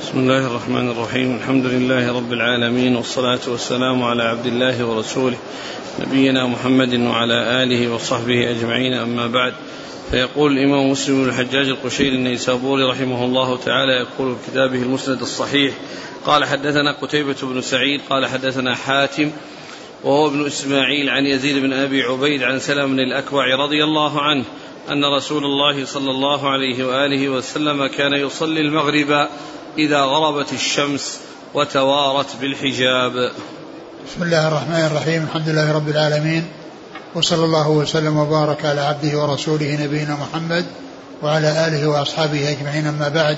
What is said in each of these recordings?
بسم الله الرحمن الرحيم. الحمد لله رب العالمين، والصلاة والسلام على عبد الله ورسوله نبينا محمد وعلى آله وصحبه أجمعين، أما بعد. فيقول الإمام مسلم بن الحجاج القشيري النيسابوري رحمه الله تعالى، يقول في كتابه المسند الصحيح: قال حدثنا قتيبة بن سعيد قال حدثنا حاتم وهو ابن إسماعيل عن يزيد بن أبي عبيد عن سلم بن الأكوع رضي الله عنه أن رسول الله صلى الله عليه وآله وسلم كان يصلي المغرب إذا غربت الشمس وتوارت بالحجاب. بسم الله الرحمن الرحيم. الحمد لله رب العالمين، وصلى الله وسلم وبارك على عبده ورسوله نبينا محمد وعلى آله وأصحابه أجمعين، أما بعد.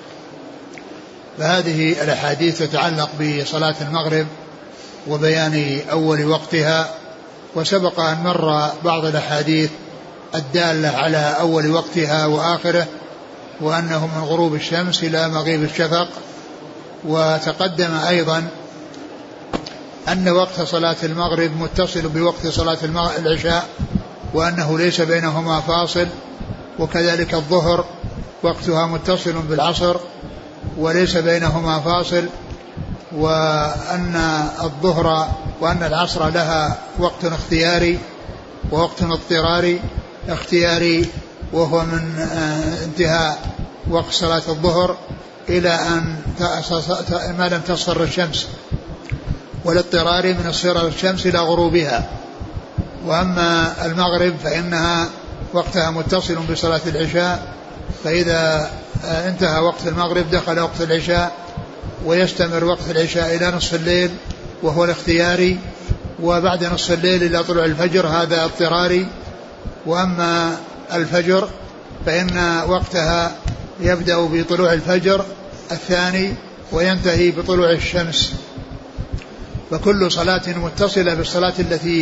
فهذه الأحاديث تتعلق بصلاة المغرب وبيان أول وقتها، وسبق أن مر بعض الأحاديث الدالة على أول وقتها وآخره، وأنه من غروب الشمس إلى مغيب الشفق. وتقدم أيضا أن وقت صلاة المغرب متصل بوقت صلاة العشاء، وأنه ليس بينهما فاصل، وكذلك الظهر وقتها متصل بالعصر وليس بينهما فاصل، وأن الظهر وأن العصر لها وقت اختياري ووقت اضطراري. اختياري وهو من انتهاء وقت صلاة الظهر إلى أن ما لم تصفر الشمس، والاضطراري من اصفرار الشمس إلى غروبها. وأما المغرب فإنها وقتها متصل بصلاة العشاء، فإذا انتهى وقت المغرب دخل وقت العشاء، ويستمر وقت العشاء إلى نصف الليل وهو الاختياري، وبعد نصف الليل إلى طلوع الفجر هذا اضطراري. وأما الفجر فإن وقتها يبدأ بطلوع الفجر الثاني وينتهي بطلوع الشمس. فكل صلاة متصلة بالصلاة التي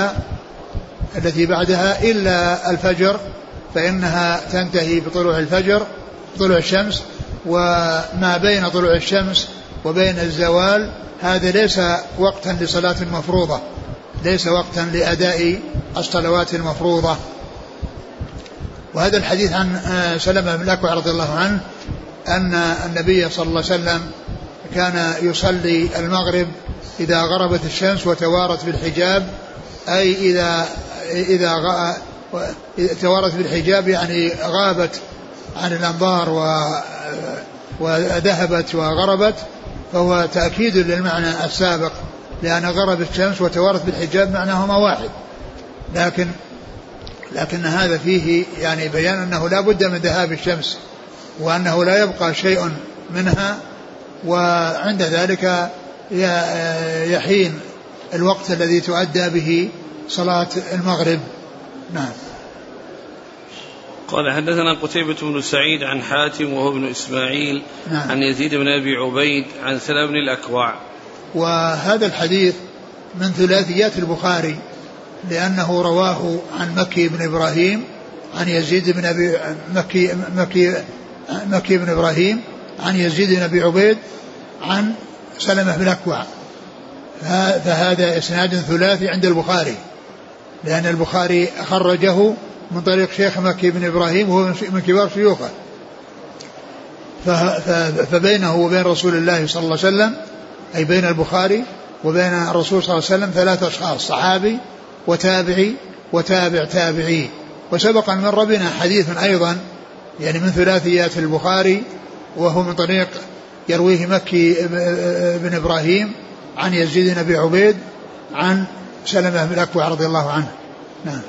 بعدها إلا الفجر، فإنها تنتهي بطلوع الفجر طلوع الشمس، وما بين طلوع الشمس وبين الزوال هذا ليس وقتا لصلاة مفروضة، ليس وقتا لأداء الصلوات المفروضة. وهذا الحديث عن سلمة بن الأكوع رضي الله عنه أن النبي صلى الله عليه وسلم كان يصلي المغرب إذا غربت الشمس وتوارت بالحجاب، أي إذا توارت بالحجاب يعني غابت عن الأنظار وذهبت وغربت، فهو تأكيد للمعنى السابق، لأن غربت الشمس وتوارت بالحجاب معناهما واحد، لكن هذا فيه يعني بيان أنه لا بد من ذهاب الشمس، وأنه لا يبقى شيء منها، وعند ذلك يحين الوقت الذي تؤدى به صلاة المغرب. نعم. قال حدثنا قتيبة بن سعيد عن حاتم وهو ابن إسماعيل. نعم. عن يزيد بن أبي عبيد عن سلم بن الأكوع. وهذا الحديث من ثلاثيات البخاري، لأنه رواه عن مكي بن إبراهيم عن يزيد بن أبي مكي بن إبراهيم عن يزيد بن أبي عبيد عن سلمة بن الأكوع. فهذا إسناد ثلاثي عند البخاري، لأن البخاري خرجه من طريق شيخ مكي بن إبراهيم وهو من كبار شيوخه، فبينه وبين رسول الله صلى الله عليه وسلم، أي بين البخاري وبين الرسول صلى الله عليه وسلم 3 أشخاص: صحابي وتابعي وتابع تابعي. وسبق أن مر بنا حديث أيضا يعني من ثلاثيات البخاري، وهو من طريق يرويه مكي بن إبراهيم عن يزيد بن أبي عبيد عن سلمة بن الأكوع رضي الله عنه. نعم.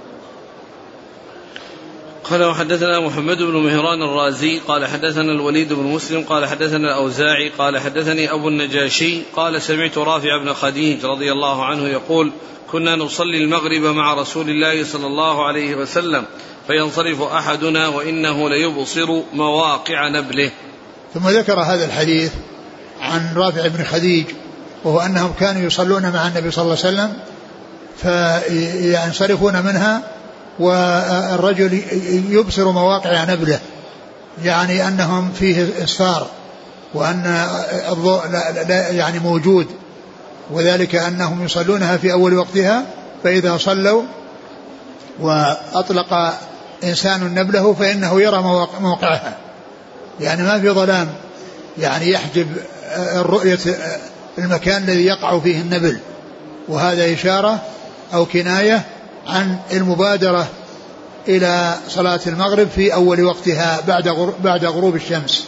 قال وحدثنا محمد بن مهران الرازي قال حدثنا الوليد بن مسلم قال حدثنا الأوزاعي قال حدثني أبو النجاشي قال سمعت رافع بن خديج رضي الله عنه يقول: كنا نصلي المغرب مع رسول الله صلى الله عليه وسلم فينصرف أحدنا وإنه ليبصر مواقع نبله. ثم ذكر هذا الحديث عن رافع بن خديج، وهو أنهم كانوا يصلون مع النبي صلى الله عليه وسلم فينصرفون منها والرجل يبصر مواقع نبله، يعني أنهم فيه إسفار، وأن الضوء لا يعني موجود، وذلك أنهم يصلونها في أول وقتها، فإذا صلوا وأطلق إنسان نبله فإنه يرى موقعها، يعني ما في ظلام، يعني يحجب الرؤية المكان الذي يقع فيه النبل، وهذا إشارة أو كناية عن المبادرة إلى صلاة المغرب في أول وقتها بعد غروب الشمس.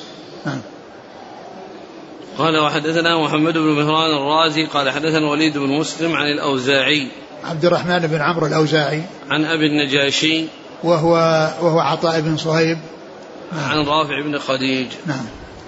قال وحدثنا محمد بن مهران الرازي قال حدثنا وليد بن مسلم عن الأوزاعي عبد الرحمن بن عمرو الأوزاعي عن أبي النجاشي وهو عطاء بن صهيب عن رافع بن خديج. نعم.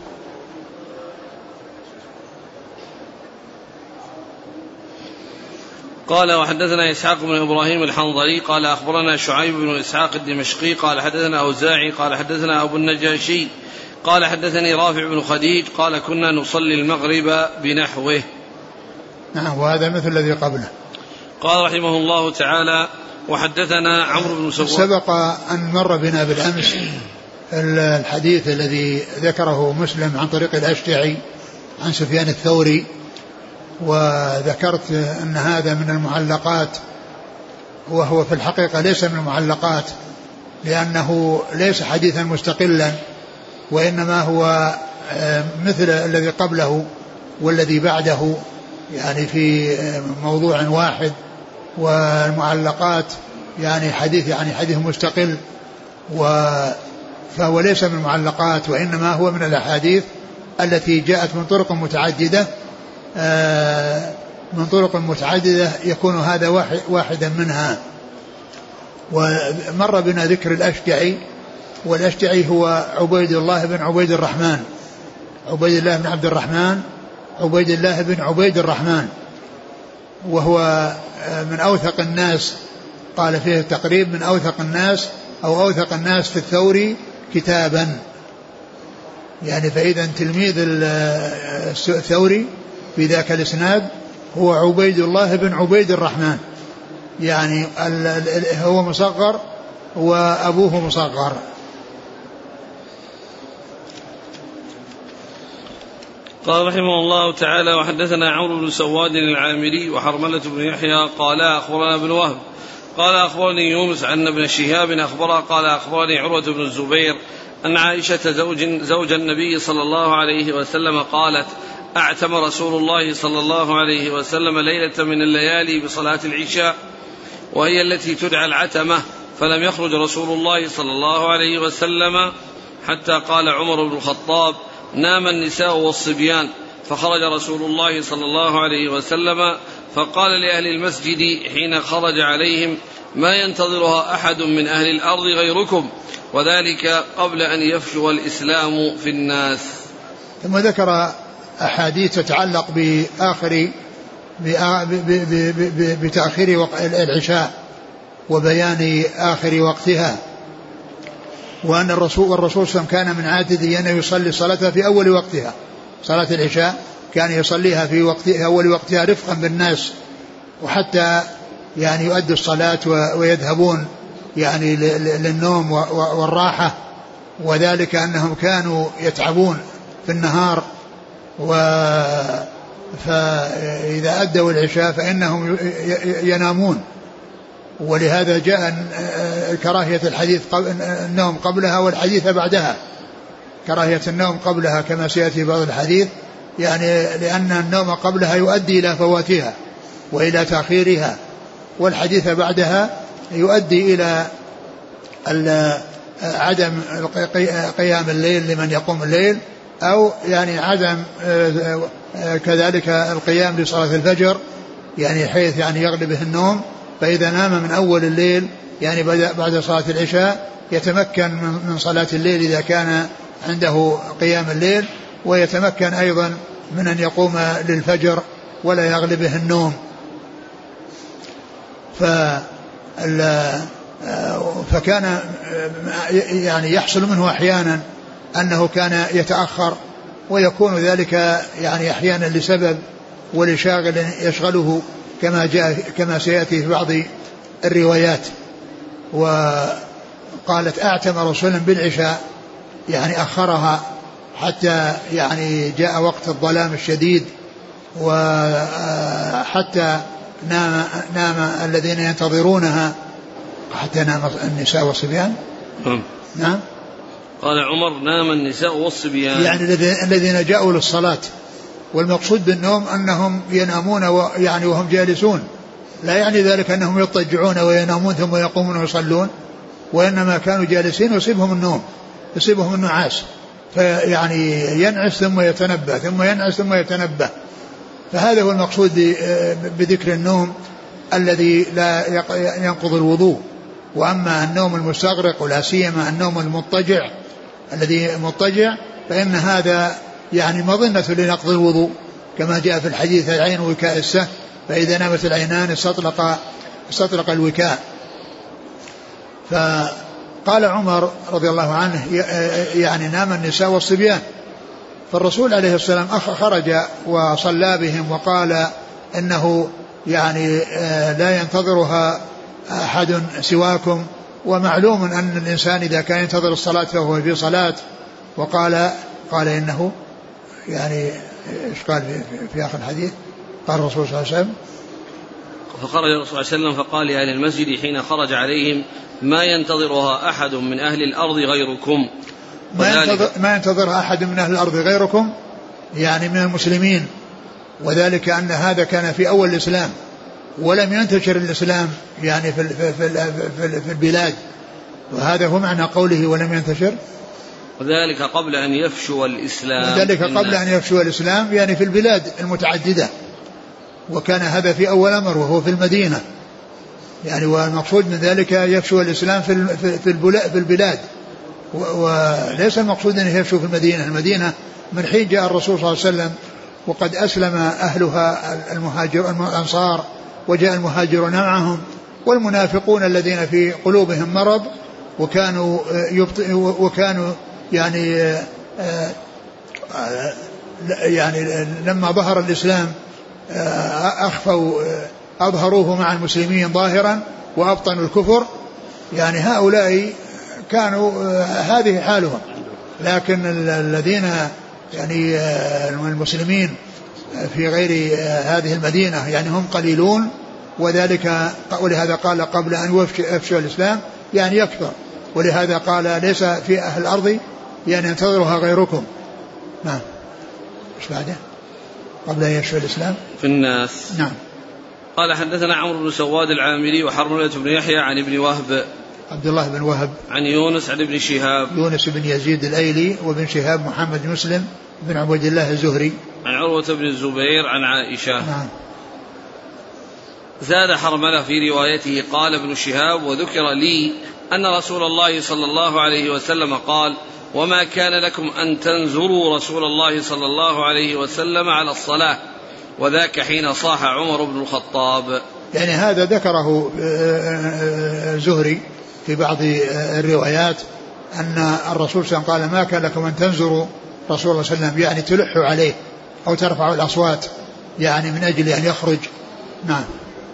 قال وحدثنا إسحاق بن إبراهيم الحنظلي قال أخبرنا شعيب بن إسحاق الدمشقي قال حدثنا أوزاعي قال حدثنا أبو النجاشي قال حدثني رافع بن خديج قال كنا نصلي المغرب بنحوه. نعم. وهذا مثل الذي قبله. قال رحمه الله تعالى وحدثنا عمرو بن سواد. سبق أن مر بنا بالأمس الحديث الذي ذكره مسلم عن طريق الأشجعي عن سفيان الثوري، وذكرت أن هذا من المعلقات، وهو في الحقيقة ليس من المعلقات لأنه ليس حديثا مستقلا، وإنما هو مثل الذي قبله والذي بعده، يعني في موضوع واحد. والمعلقات يعني حديث مستقل، فهو ليس من المعلقات، وإنما هو من الأحاديث التي جاءت من طرق متعددة يكون هذا واحدا منها. ومر بنا ذكر الأشجعي، والأشجعي هو عبيد الله بن عبيد الرحمن، عبيد الله بن عبد الرحمن، عبيد الله بن عبيد الرحمن، وهو من أوثق الناس، قال فيه التقريب من أوثق الناس أو أوثق الناس في الثوري كتابا، يعني فإذا تلميذ الثوري في ذاك الإسناد هو عبيد الله بن عبيد الرحمن، يعني هو مصغر وأبوه مصغر. قال رحمه الله تعالى وحدثنا عمرو بن سواد العامري وحرملة بن يحيى قال أخبرنا ابن وهب قال أخبرني يونس عن ابن شهاب أخبره قال أخبرني عروة بن الزبير أن عائشة زوج النبي صلى الله عليه وسلم قالت أعتم رسول الله صلى الله عليه وسلم ليلة من الليالي بصلاة العشاء، وهي التي تدعى العتمة، فلم يخرج رسول الله صلى الله عليه وسلم حتى قال عمر بن الخطاب نام النساء والصبيان، فخرج رسول الله صلى الله عليه وسلم فقال لأهل المسجد حين خرج عليهم ما ينتظرها أحد من أهل الأرض غيركم، وذلك قبل أن يفشو الإسلام في الناس. ثم ذكر أحاديث تتعلق بتأخير العشاء وبيان آخر وقتها، وأن الرسول صلى الله عليه وسلم كان من عادته أن يصلي صلاتها في أول وقتها، صلاة العشاء كان يصليها في أول وقتها رفقا بالناس، وحتى يعني يؤدوا الصلاة ويذهبون يعني للنوم والراحة، وذلك أنهم كانوا يتعبون في النهار، فإذا أدوا العشاء فإنهم ينامون، ولهذا جاء كراهية النوم قبلها والحديث بعدها، كراهية النوم قبلها كما سيأتي بعض الحديث، يعني لأن النوم قبلها يؤدي إلى فواتها وإلى تأخيرها، والحديث بعدها يؤدي إلى عدم قيام الليل لمن يقوم الليل، أو يعني عدم كذلك القيام لصلاة الفجر، يعني حيث يعني يغلبه النوم، فإذا نام من أول الليل يعني بعد صلاة العشاء يتمكن من صلاة الليل إذا كان عنده قيام الليل، ويتمكن أيضا من أن يقوم للفجر ولا يغلبه النوم. فكان يعني يحصل منه أحيانا أنه كان يتأخر، ويكون ذلك يعني أحيانا لسبب ولشاغل يشغله كما سيأتي في بعض الروايات. وقالت أعتم رسولا بالعشاء، يعني أخرها حتى يعني جاء وقت الظلام الشديد، وحتى نام الذين ينتظرونها، حتى نام النساء والصبيان. نعم. قال عمر نام النساء والصبيان، يعني الذين جاءوا للصلاة، والمقصود بالنوم أنهم ينامون يعني وهم جالسون، لا يعني ذلك أنهم يضطجعون وينامون ثم يقومون ويصلون، وإنما كانوا جالسين ويصيبهم النوم، يصيبهم النعاس، فيعني ينعس ثم يتنبه ثم ينعس ثم يتنبه. فهذا هو المقصود بذكر النوم الذي لا ينقض الوضوء. وأما النوم المستغرق ولا سيما النوم المضطجع الذي مضطجع فإن هذا يعني مظنة لنقض الوضوء، كما جاء في الحديث العين وكاء السه، فإذا نامت العينان استطلق الوكاء. فقال عمر رضي الله عنه يعني نام النساء والصبيان، فالرسول عليه السلام خرج وصلى بهم وقال إنه يعني لا ينتظرها أحد سواكم، ومعلوم أن الإنسان إذا كان ينتظر الصلاة فهو في صلاة. وقال إنه يعني إيش قال في آخر الحديث؟ قال الرسول صلى الله عليه وسلم فخرج الرسول صلى الله عليه وسلم فقال لأهل المسجد حين خرج عليهم ما ينتظرها أحد من أهل الأرض غيركم، ما ينتظرها أحد من أهل الأرض غيركم يعني من المسلمين، وذلك أن هذا كان في أول الإسلام ولم ينتشر الإسلام يعني في البلاد، وهذا هو معنى قوله ولم ينتشر، وذلك قبل أن يفشو الإسلام، وذلك قبل أن يفشو الإسلام يعني في البلاد المتعددة، وكان هذا في أول أمر وهو في المدينة يعني. والمقصود من ذلك يفشو الإسلام في البلاد، وليس المقصود أن يفشو في المدينة. المدينة من حين جاء الرسول صلى الله عليه وسلم وقد أسلم أهلها الأنصار، وجاء المهاجرون معهم، والمنافقون الذين في قلوبهم مرض وكانوا يعني لما ظهر الإسلام أظهروه مع المسلمين ظاهرا وأبطنوا الكفر، يعني هؤلاء كانوا هذه حالهم. لكن الذين يعني المسلمين في غير هذه المدينة يعني هم قليلون، ولهذا قال قبل أن يفشو الإسلام يعني يكثر، ولهذا قال ليس في أهل الأرض يعني ينتظرها غيركم. نعم. ايش بعده؟ قبل أن يفشو الإسلام في الناس. نعم. قال حدثنا عمرو بن سواد العامري وحرملة بن يحيى عن ابن وهب عبد الله بن وهب عن يونس عن ابن شهاب يونس بن يزيد الأيلي، وابن شهاب محمد بن مسلم بن عبد الله الزهري عن عروة بن الزبير عن عائشة. نعم. زاد حرملة في روايته قال ابن شهاب وذكر لي أن رسول الله صلى الله عليه وسلم قال وما كان لكم أن تنزروا رسول الله صلى الله عليه وسلم على الصلاة، وذاك حين صاح عمر بن الخطاب. يعني هذا ذكره زهري في بعض الروايات أن الرسول صلى الله عليه وسلم قال ما كان لكم أن تنزروا رسول الله صلى الله عليه وسلم، يعني تلحوا عليه أو ترفعوا الأصوات يعني من أجل أن يخرج. نعم.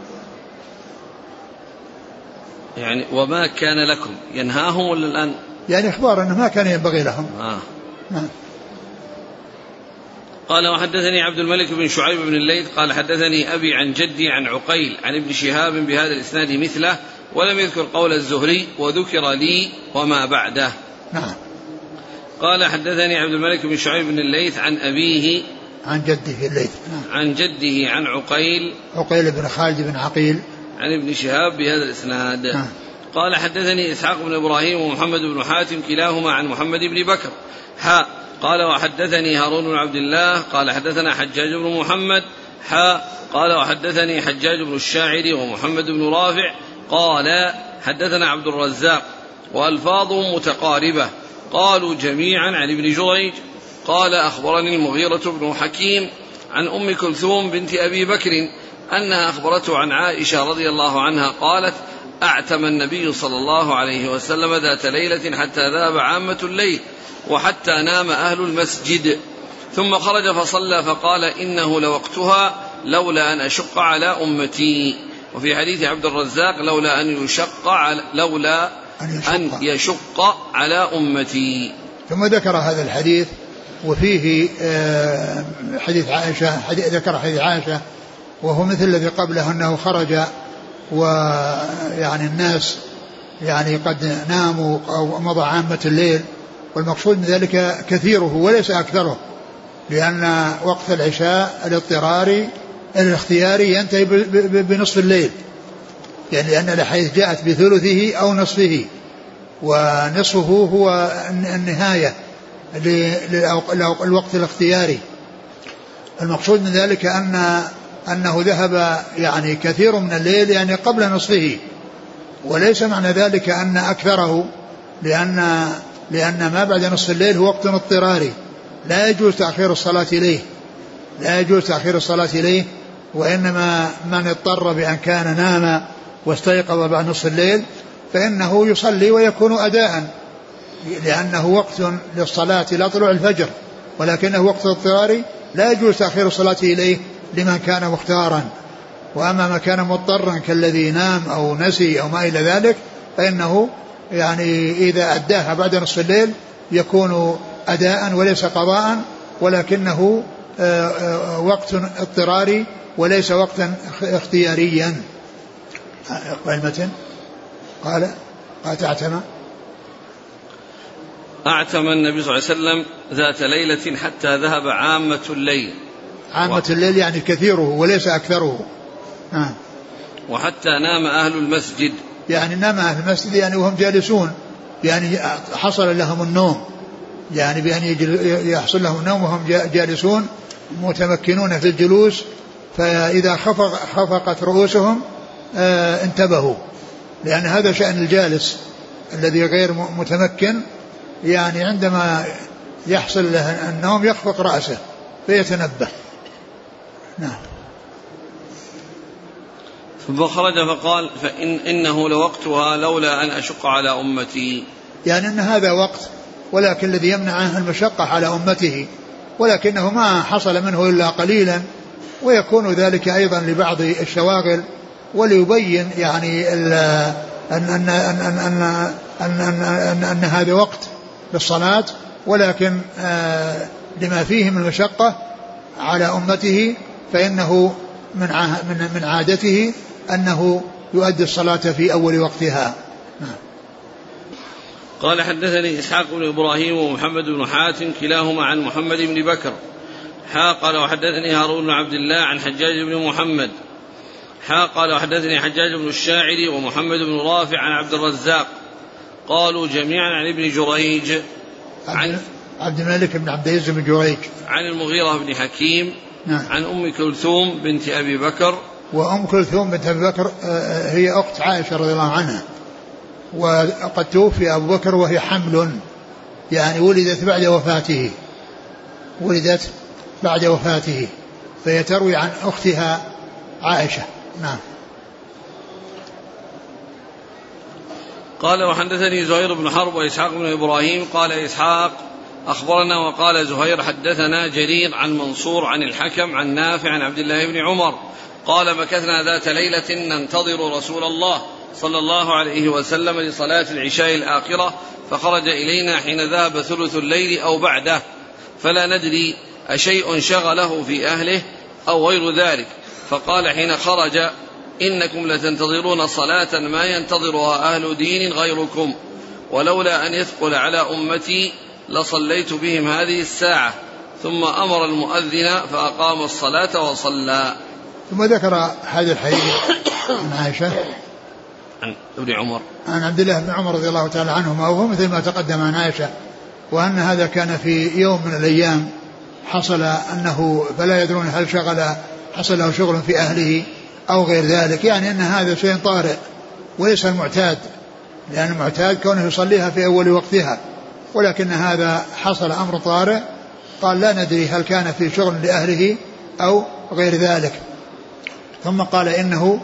يعني وما كان لكم ينهاهم ولا الآن؟ يعني إخبار أنه ما كان ينبغي لهم. نعم. قال وحدثني عبد الملك بن شعيب بن الليث قال حدثني أبي عن جدي عن عقيل عن ابن شهاب بهذا الإسناد مثله، ولم يذكر قول الزهري وذكر لي وما بعده. نعم. قال حدثني عبد الملك بن شعيب بن الليث عن أبيه عن جده الليث. نعم. عن جده عن عقيل بن خالد بن عقيل عن ابن شهاب بهذا الإسناد. نعم. قال حدثني إسحاق بن إبراهيم ومحمد بن حاتم كلاهما عن محمد بن بكر قال وحدثني هارون بن عبد الله قال حدثنا حجاج بن محمد قال وحدثني حجاج بن الشاعري ومحمد بن رافع قال حدثنا عبد الرزاق وألفاظهم متقاربة قالوا جميعا عن ابن جريج قال أخبرني المغيرة بن حكيم عن أم كلثوم بنت أبي بكر أنها أخبرته عن عائشة رضي الله عنها قالت أعتم النبي صلى الله عليه وسلم ذات ليلة حتى ذهب عامة الليل وحتى نام أهل المسجد، ثم خرج فصلى فقال إنه لوقتها لولا أن أشق على أمتي. وفي حديث عبد الرزاق لولا أن يشق على أمتي. ثم ذكر هذا الحديث وفيه حديث عائشة، ذكر حديث عائشة وهو مثل الذي قبله أنه خرج ويعني الناس يعني قد ناموا أو مضى عامة الليل، والمقصود من ذلك كثيره وليس أكثره، لأن وقت العشاء الاختياري ينتهي بنصف الليل، يعني لأن الحديث جاءت بثلثه أو نصفه، ونصفه هو النهاية للوقت الاختياري. المقصود من ذلك أنه ذهب يعني كثير من الليل يعني قبل نصفه، وليس معنى ذلك أن أكثره، لأن ما بعد نصف الليل هو وقت اضطراري لا يجوز تأخير الصلاة إليه، وإنما من اضطر بأن كان نام واستيقظ بعد نصف الليل فإنه يصلي ويكون أداء، لأنه وقت للصلاة لا طلوع الفجر، ولكنه وقت اضطراري لا يجوز تأخير الصلاة إليه لمن كان مختارا. وأما ما كان مضطرا كالذي نام أو نسي أو ما إلى ذلك فإنه يعني إذا أداها بعد نصف الليل يكون أداء وليس قضاء، ولكنه وقت اضطراري وليس وقتا اختياريا. قال أعتم النبي صلى الله عليه وسلم ذات ليلة حتى ذهب عامة الليل يعني كثيره وليس أكثره. وحتى نام أهل المسجد، يعني نام أهل المسجد يعني وهم جالسون، يعني حصل لهم النوم، يعني بأن يحصل لهم النوم وهم جالسون متمكنون في الجلوس، فإذا خفقت رؤوسهم انتبهوا، لأن هذا شأن الجالس الذي غير متمكن، يعني عندما يحصل له النوم يخفق رأسه فيتنبه. نعم. ثم خرج فقال إنه لوقتها لولا أن أشق على أمتي، يعني أن هذا وقت، ولكن الذي يمنع عنه المشقة على أمته، ولكنه ما حصل منه إلا قليلا، ويكون ذلك أيضا لبعض الشواغل، وليبين يعني أن هذا وقت للصلاة، ولكن لما فيه من المشقة على أمته فإنه من عادته أنه يؤدي الصلاة في أول وقتها. قال حدثني إسحاق بن إبراهيم ومحمد بن حاتم كلاهما عن محمد بن بكر قال وحدثني هارون بن عبد الله عن حجاج بن محمد قال وحدثني حجاج بن الشاعري ومحمد بن رافع عن عبد الرزاق قالوا جميعا عن ابن جريج عن عبد الملك بن عبد العزيز بن جريج عن المغيرة بن حكيم عن أم كلثوم بنت أبي بكر. وأم كلثوم بنت أبي بكر هي أخت عائشة رضي الله عنها، وقد توفي أبو بكر وهي حمل، يعني ولدت بعد وفاته، فهي تروي عن أختها عائشة. نعم. قال وحدثني زهير بن حرب وإسحاق بن إبراهيم قال إسحاق أخبرنا وقال زهير حدثنا جرير عن منصور عن الحكم عن نافع عن عبد الله بن عمر قال مكثنا ذات ليلة ننتظر رسول الله صلى الله عليه وسلم لصلاة العشاء الآخرة، فخرج إلينا حين ذهب ثلث الليل أو بعده، فلا ندري أشيء شغله في أهله أو غير ذلك، فقال حين خرج إنكم لتنتظرون صلاة ما ينتظرها أهل دين غيركم، ولولا أن يثقل على أمتي لصليت بهم هذه الساعة، ثم أمر المؤذن فأقام الصلاة وصلى. ثم ذكر هذا الحديث عن عائشة عن ابن عمر عن عبد الله بن عمر رضي الله تعالى عنهما، وهو مثل ما تقدم عن عائشة، وأن هذا كان في يوم من الأيام حصل أنه فلا يدرون هل حصل له شغل في أهله أو غير ذلك، يعني أن هذا شيء طارئ وليس المعتاد، لأن المعتاد كونه يصليها في أول وقتها، ولكن هذا حصل أمر طارئ، قال لا ندري هل كان في شغل لأهله أو غير ذلك. ثم قال إنه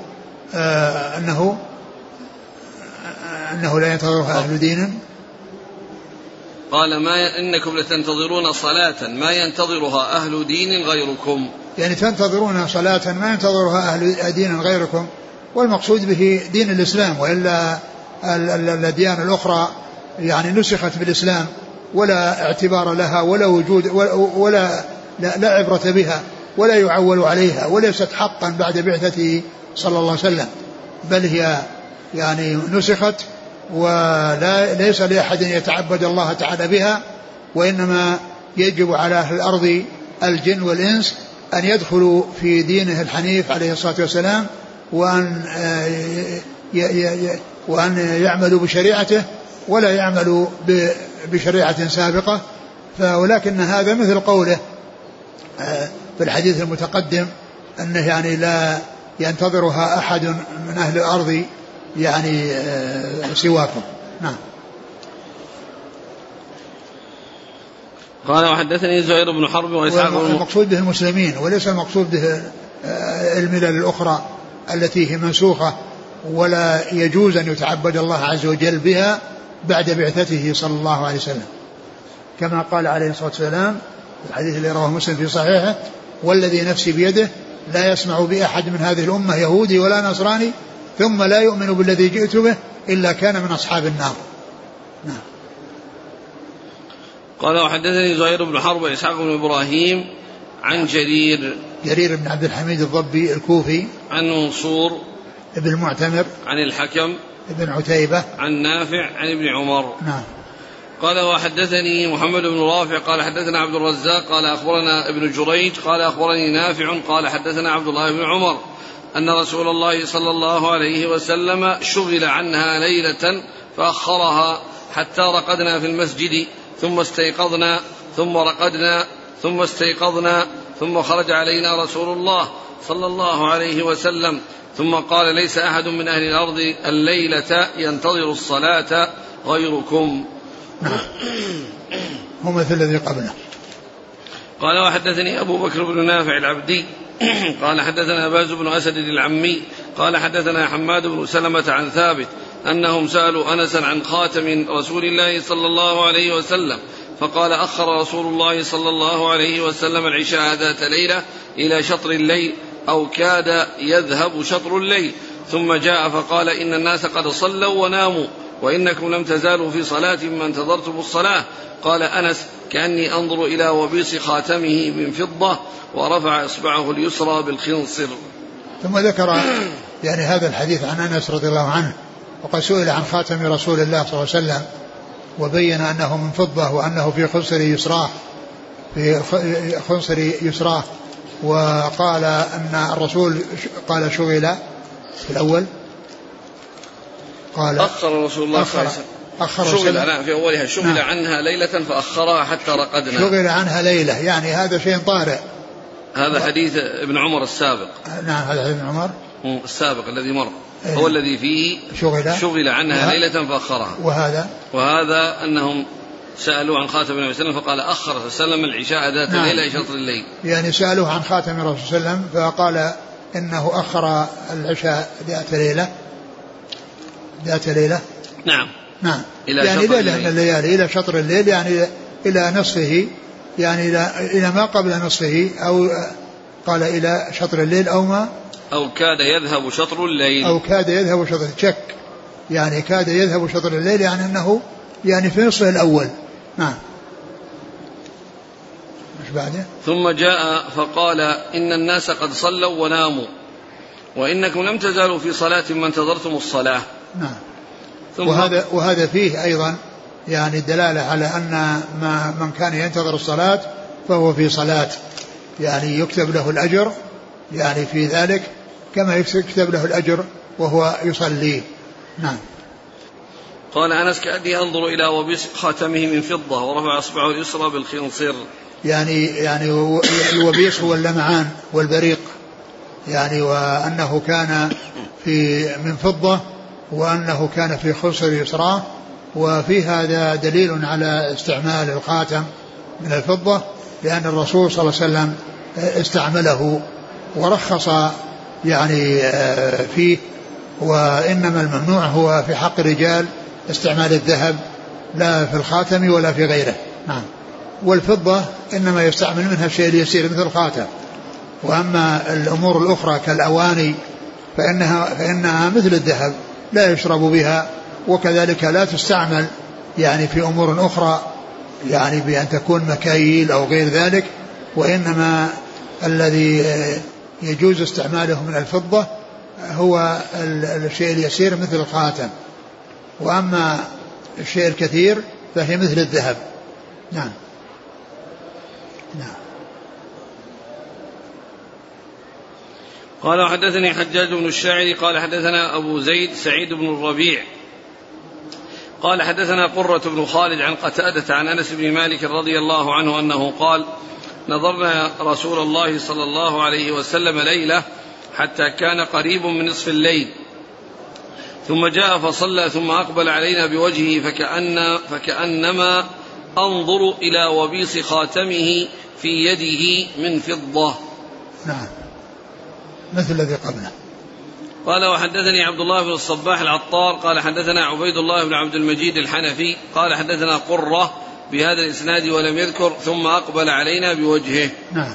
لا ينتظرها أهل دين. قال ما إنكم لتنتظرون صلاة ما ينتظرها أهل دين غيركم، يعني تنتظرون صلاة ما ينتظرها أهل دين غيركم، والمقصود به دين الإسلام، وإلا الأديان الأخرى يعني نسخت بالإسلام ولا اعتبار لها ولا وجود ولا لا عبرة بها ولا يعول عليها، وليست حقا بعد بعثته صلى الله عليه وسلم، بل هي يعني نسخت وليس لأحد يتعبد الله تعالى بها، وإنما يجب على أهل الأرض الجن والإنس أن يدخلوا في دينه الحنيف عليه الصلاة والسلام، وأن يعملوا بشريعته ولا يعملوا بشريعة سابقة. ولكن هذا مثل قوله في الحديث المتقدم أنه يعني لا ينتظرها أحد من أهل الأرض يعني سواكم. نعم. قال وحدثني زهير بن حرب وإسحاق المقصود به المسلمين وليس المقصود به الملل الأخرى التي هي منسوخة، ولا يجوز أن يتعبد الله عز وجل بها بعد بعثته صلى الله عليه وسلم، كما قال عليه الصلاة والسلام في الحديث الذي رواه مسلم في صحيحه: والذي نفسي بيده لا يسمع بأحد من هذه الأمة يهودي ولا نصراني ثم لا يؤمن بالذي جئت به إلا كان من أصحاب النار. نعم. قال وحدثني زهير بن حرب وإسحاق بن إبراهيم عن جرير بن عبد الحميد الضبي الكوفي عن منصور ابن المعتمر عن الحكم ابن عتيبة عن نافع عن ابن عمر. نعم. قال وحدثني محمد بن رافع قال حدثنا عبد الرزاق قال أخبرنا ابن جريج قال أخبرني نافع قال حدثنا عبد الله بن عمر أن رسول الله صلى الله عليه وسلم شغل عنها ليلة فأخرها حتى رقدنا في المسجد ثم استيقظنا ثم رقدنا ثم استيقظنا ثم خرج علينا رسول الله صلى الله عليه وسلم ثم قال: ليس أحد من أهل الأرض الليلة ينتظر الصلاة غيركم. هو مثل الذي قبله. قال وحدثني أبو بكر بن نافع العبدي قال حدثنا باز بن أسد العمي قال حدثنا حماد بن سلمة عن ثابت أنهم سألوا أنسا عن خاتم رسول الله صلى الله عليه وسلم فقال: أخر رسول الله صلى الله عليه وسلم العشاء ذات ليلة إلى شطر الليل أو كاد يذهب شطر الليل، ثم جاء فقال: إن الناس قد صلوا وناموا وإنكم لم تزالوا في صلاة ما انتظرتم الصلاة. قال أنس: كأني أنظر إلى وبيص خاتمه من فضة ورفع إصبعه اليسرى بالخنصر. ثم ذكر يعني هذا الحديث عن أنس رضي الله عنه، وقد سئل عن خاتم رسول الله صلى الله عليه وسلم وبين أنه من فضة وأنه في خنصر يسراه، وقال أن الرسول قال شغل في الأول، قال أخر رسول الله صلى الله عليه وسلم شغل في أولها شغل عنها ليلة فأخرها حتى رقدنا. شغل عنها ليلة يعني هذا شيء طارئ. هذا حديث ابن عمر السابق. نعم هذا حديث ابن عمر السابق الذي مر هو الذي فيه شغل عنها ليلة فأخرها. وهذا أنهم سألوا عن خاتم النبي صلى الله عليه وسلم فقال: أخر صلى الله عليه وسلم العشاء ذات الليلة شطر الليل. يعني سألوه عن خاتم الرسول صلى الله عليه وسلم فقال إنه أخر العشاء ذات ليلة. نعم يعني ليلة من الليالي إلى شطر الليل، يعني إلى نصفه، يعني إلى ما قبل نصفه، أو قال إلى شطر الليل أو كاد يذهب شطر الليل شك، يعني كاد يذهب شطر الليل يعني أنه يعني في نصفه الأول. نعم. مش بعده؟ ثم جاء فقال: إن الناس قد صلوا وناموا وإنكم لم تزالوا في صلاة ما انتظرتم الصلاة. نعم. وهذا فيه أيضا يعني الدلالة على أن من كان ينتظر الصلاة فهو في صلاة، يعني يكتب له الأجر يعني في ذلك كما يكتب له الأجر وهو يصلي. نعم. قال أنس: كأني أنظر إلى وبيص خاتمه من فضة ورفع أصبعه اليسرى بالخنصر. يعني الوبيص هو اللمعان والبريق، يعني وأنه كان من فضة وأنه كان في خنصر يسراه، وفي هذا دليل على استعمال الخاتم من الفضة، لأن الرسول صلى الله عليه وسلم استعمله ورخص يعني فيه، وإنما الممنوع هو في حق الرجال استعمال الذهب لا في الخاتم ولا في غيره. نعم. والفضة إنما يستعمل منها الشيء اليسير مثل الخاتم، وأما الأمور الأخرى كالأواني فإنها مثل الذهب لا يشرب بها، وكذلك لا تستعمل يعني في أمور أخرى يعني بأن تكون مكاييل أو غير ذلك، وإنما الذي يجوز استعماله من الفضة هو الشيء اليسير مثل الخاتم. وأما الشيء الكثير فهي مثل الذهب. نعم. قال حدثني حجاج بن الشاعر قال حدثنا أبو زيد سعيد بن الربيع قال حدثنا قرة بن خالد عن قتادة عن أنس بن مالك رضي الله عنه أنه قال نظرنا رسول الله صلى الله عليه وسلم ليلة حتى كان قريب من نصف الليل ثم جاء فصلى ثم أقبل علينا بوجهه فكأنما أنظر إلى وبيص خاتمه في يده من فضة. نعم مثل الذي قبله. قال وحدثني عبد الله بن الصباح العطار قال حدثنا عبيد الله بن عبد المجيد الحنفي قال حدثنا قرة بهذا الإسناد ولم يذكر ثم أقبل علينا بوجهه. نعم.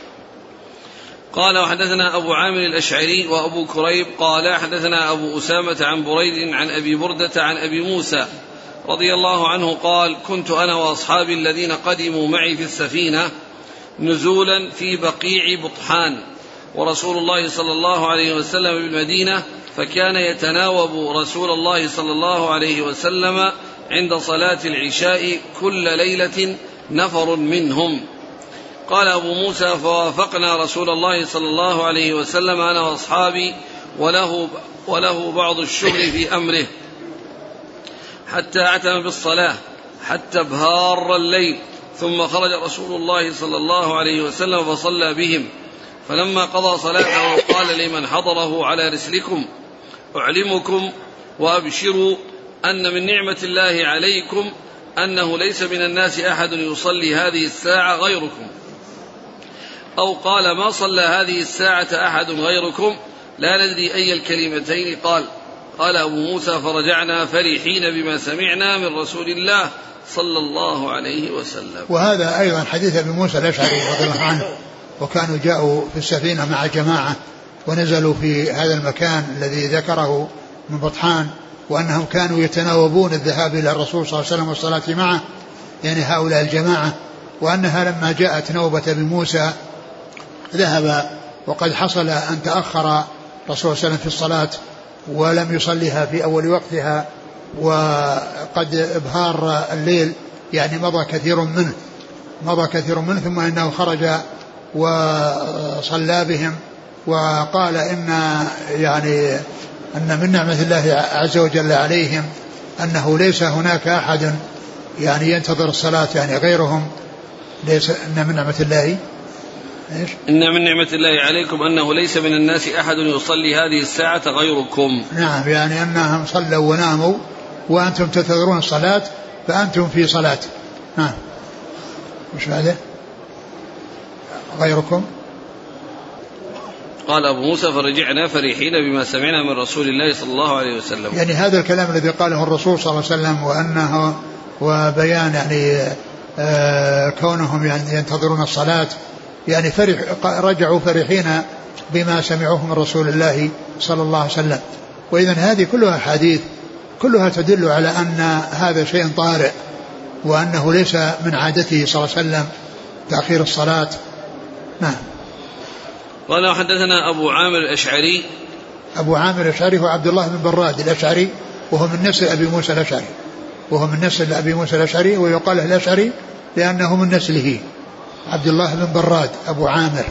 قال وحدثنا أبو عامر الأشعري وأبو كريب قال حدثنا أبو أسامة عن بريد عن أبي بردة عن أبي موسى رضي الله عنه قال كنت أنا وأصحابي الذين قدموا معي في السفينة نزولا في بقيع بطحان ورسول الله صلى الله عليه وسلم بالمدينة فكان يتناوب رسول الله صلى الله عليه وسلم عند صلاة العشاء كل ليلة نفر منهم. قال أبو موسى فوافقنا رسول الله صلى الله عليه وسلم أنا وأصحابي وله بعض الشغل في أمره حتى أعتم بالصلاة حتى ابهار الليل ثم خرج رسول الله صلى الله عليه وسلم فصلى بهم فلما قضى صلاته قال لمن حضره على رسلكم أعلمكم وأبشروا أن من نعمة الله عليكم أنه ليس من الناس أحد يصلي هذه الساعة غيركم أو قال ما صلى هذه الساعة أحد غيركم لا ندري أي الكلمتين قال أبو موسى فرجعنا فرحين بما سمعنا من رسول الله صلى الله عليه وسلم. وهذا أيضا حديث أبي موسى الأشعري رضي الله عنه وكانوا جاءوا في السفينة مع جماعة ونزلوا في هذا المكان الذي ذكره من بطحان وأنهم كانوا يتناوبون الذهاب إلى الرسول صلى الله عليه وسلم والصلاة معه يعني هؤلاء الجماعة وأنها لما جاءت نوبة بموسى ذهب وقد حصل أن تأخر الرسول صلى الله عليه وسلم في الصلاة ولم يصليها في أول وقتها وقد ابهار الليل يعني مضى كثير منه ثم إنه خرج وصلى بهم وقال إن من نعمة الله عز وجل عليهم أنه ليس هناك أحد يعني ينتظر الصلاة يعني غيرهم ليس إن من نعمة الله إن من نعمة الله عليكم أنه ليس من الناس أحد يصلي هذه الساعة غيركم. نعم يعني أنهم صلوا وناموا وأنتم تنتظرون الصلاة فأنتم في صلاة. نعم. مش بعده غيركم. قال أبو موسى فرجعنا فرحين بما سمعنا من رسول الله صلى الله عليه وسلم. يعني هذا الكلام الذي قاله الرسول صلى الله عليه وسلم وأنه وبيان يعني كونهم يعني ينتظرون الصلاة يعني رجعوا فرحين بما سمعوه من رسول الله صلى الله عليه وسلم. وإذن هذه كلها حديث كلها تدل على أن هذا شيء طارئ وأنه ليس من عادته صلى الله عليه وسلم تأخير الصلاة. نعم. قال وحدثنا أبو عامر الأشعري. أبو عامر الأشعري هو عبد الله بن براد الأشعري وهو من نسل أبي موسى الأشعري ويقال له الأشعري لأنه من نسله عبد الله بن براد أبو عامر.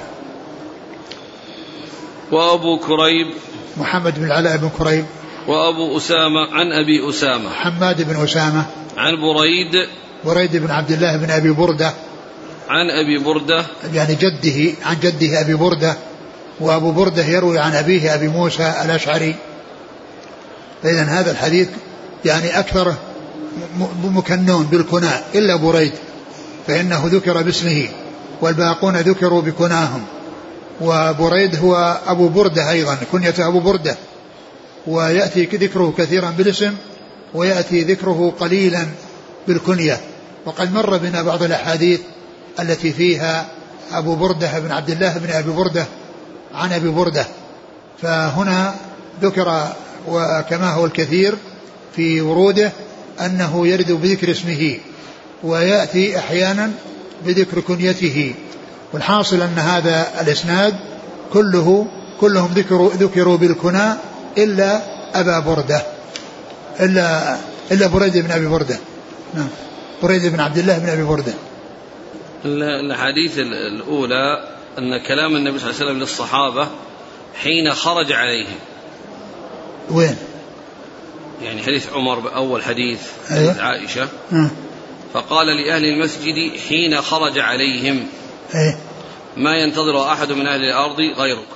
وأبو كريب محمد بن العلاء بن كريب. وأبو أسامة عن أبي أسامة حماد بن أسامة. عن بريد بن عبد الله بن أبي بردة عن أبي بردة يعني جده عن جده أبي بردة وأبو بردة يروي عن أبيه أبي موسى الأشعري. فإذن هذا الحديث يعني أكثر مكنون بالكناء إلا بريد فإنه ذكر باسمه والباقون ذكروا بكناهم وبريد هو أبو بردة أيضا كنيته أبو بردة ويأتي ذكره كثيرا بالاسم ويأتي ذكره قليلا بالكنية. وقد مر بنا بعض الأحاديث التي فيها أبو بردة بن عبد الله بن أبي بردة عن أبي بردة فهنا ذكر وكما هو الكثير في وروده أنه يرد بذكر اسمه ويأتي أحيانا بذكر كنيته. والحاصل أن هذا الإسناد كلهم ذكروا بالكنى إلا إلا بريدة بن أبي بردة. نعم بريدة بن عبد الله بن أبي بردة. الحديث الأولى أن كلام النبي صلى الله عليه وسلم للصحابة حين خرج عليهم. وين؟ يعني حديث عمر أول حديث عائشة فقال لأهل المسجد حين خرج عليهم ما ينتظر أحد من أهل الأرض غيركم.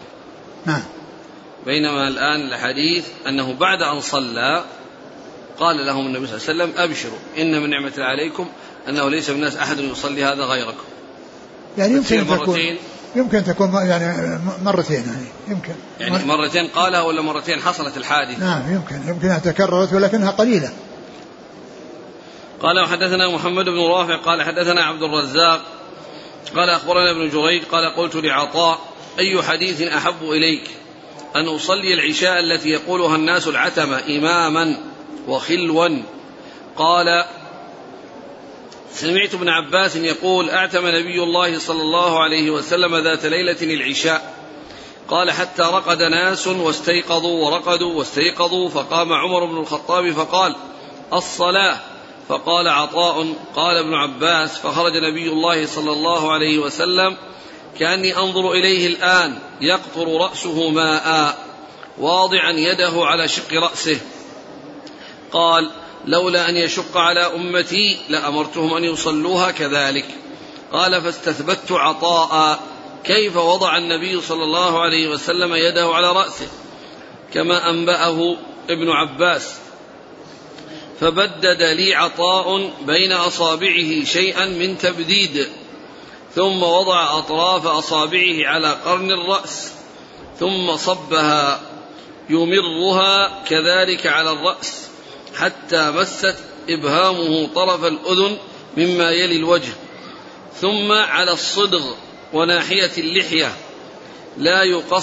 بينما الآن الحديث أنه بعد أن صلى قال لهم النبي صلى الله عليه وسلم أبشروا إن من نعمة عليكم أنه ليس من الناس أحد يصلي هذا غيركم. يعني يمكن تكون يعني مرتين يعني مرتين قالها ولا مرتين حصلت الحادثة. نعم يمكن أن تكررت ولكنها قليلة. قال وحدثنا محمد بن رافع قال حدثنا عبد الرزاق قال أخبرنا ابن جريج قال قلت لعطاء أي حديث أحب إليك أن أصلي العشاء التي يقولها الناس العتمة إماما وخلوا؟ قال سمعت ابن عباس يقول أعتم نبي الله صلى الله عليه وسلم ذات ليلة العشاء قال حتى رقد ناس واستيقظوا ورقدوا واستيقظوا فقام عمر بن الخطاب فقال الصلاة فقال عطاء قال ابن عباس فخرج نبي الله صلى الله عليه وسلم كأني أنظر إليه الآن يقطر رأسه ماء واضعا يده على شق رأسه. قال لولا أن يشق على أمتي لأمرتهم أن يصلوها كذلك. قال فاستثبت عطاء كيف وضع النبي صلى الله عليه وسلم يده على رأسه كما أنبأه ابن عباس فبدد لي عطاء بين أصابعه شيئا من تبديد ثم وضع أطراف أصابعه على قرن الرأس ثم صبها يمرها كذلك على الرأس حتى مست إبهامه طرف الأذن مما يلي الوجه ثم على الصدغ وناحية اللحية لا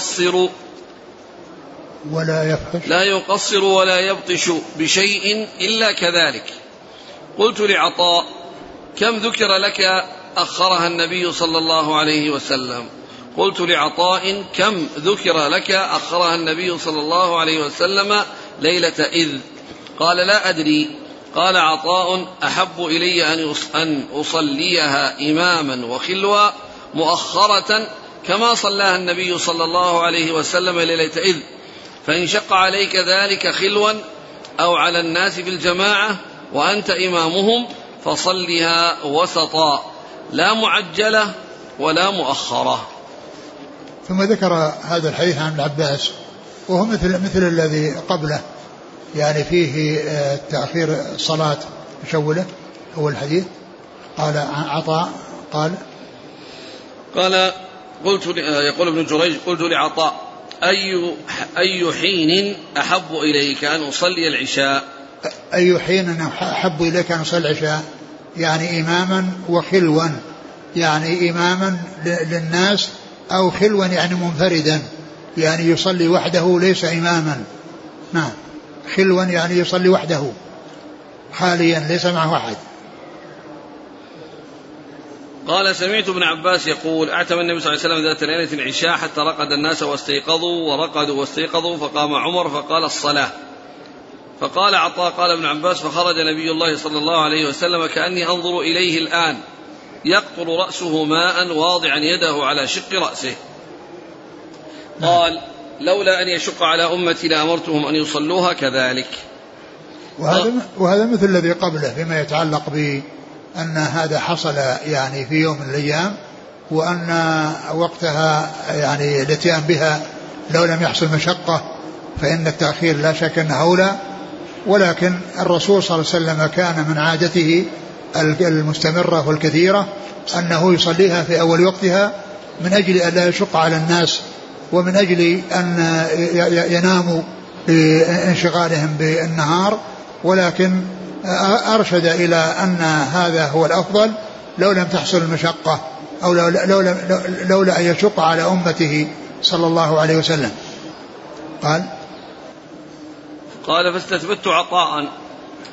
يقصر ولا يبطش بشيء إلا كذلك. قلت لعطاء كم ذكر لك أخرها النبي صلى الله عليه وسلم؟ قلت لعطاء كم ذكر لك أخرها النبي صلى الله عليه وسلم ليلة إذ؟ قال لا أدري. قال عطاء أحب إلي أن أصليها إماما وخلوا مؤخرة كما صلاها النبي صلى الله عليه وسلم ليلة إذ فإن شق عليك ذلك خلوا أو على الناس في الجماعة وأنت إمامهم فصلها وسطا لا معجلة ولا مؤخرة. ثم ذكر هذا الحديث عن العباس وهو مثل الذي قبله يعني فيه تأخير الصلاة مشولة. هو الحديث قال عن عطاء قال يقول ابن جريج قلت لعطاء أي حين أحب إليك أن أصلي العشاء؟ أي حين أحب إليك أن أصلي العشاء يعني إماما وخلوا يعني إماما للناس أو خلوا يعني منفردا يعني يصلي وحده ليس إماما. نعم خلوا يعني يصلي وحده حاليا ليس معه أحد. قال سمعت ابن عباس يقول أعتم النبي صلى الله عليه وسلم ذات ليلة العشاء حتى رقد الناس واستيقظوا ورقدوا واستيقظوا فقام عمر فقال الصلاة. فقال عطاء قال ابن عباس فخرج نبي الله صلى الله عليه وسلم كأني أنظر إليه الآن يقطر رأسه ماء واضعا يده على شق رأسه. قال لولا أن يشق على أمتي لأمرتهم أن يصلوها كذلك. وهذا مثل الذي قبله فيما يتعلق بأن هذا حصل يعني في يوم من الأيام وأن وقتها يعني الاتيان بها لو لم يحصل مشقة فإن التأخير لا شك أنه أولى. ولكن الرسول صلى الله عليه وسلم كان من عادته المستمرة والكثيرة أنه يصليها في أول وقتها من أجل أن لا يشق على الناس ومن أجل أن يناموا لانشغالهم بالنهار. ولكن أرشد إلى أن هذا هو الأفضل لو لم تحصل المشقة أو لولا أن يشق على أمته صلى الله عليه وسلم. قال فاستثبت عطاء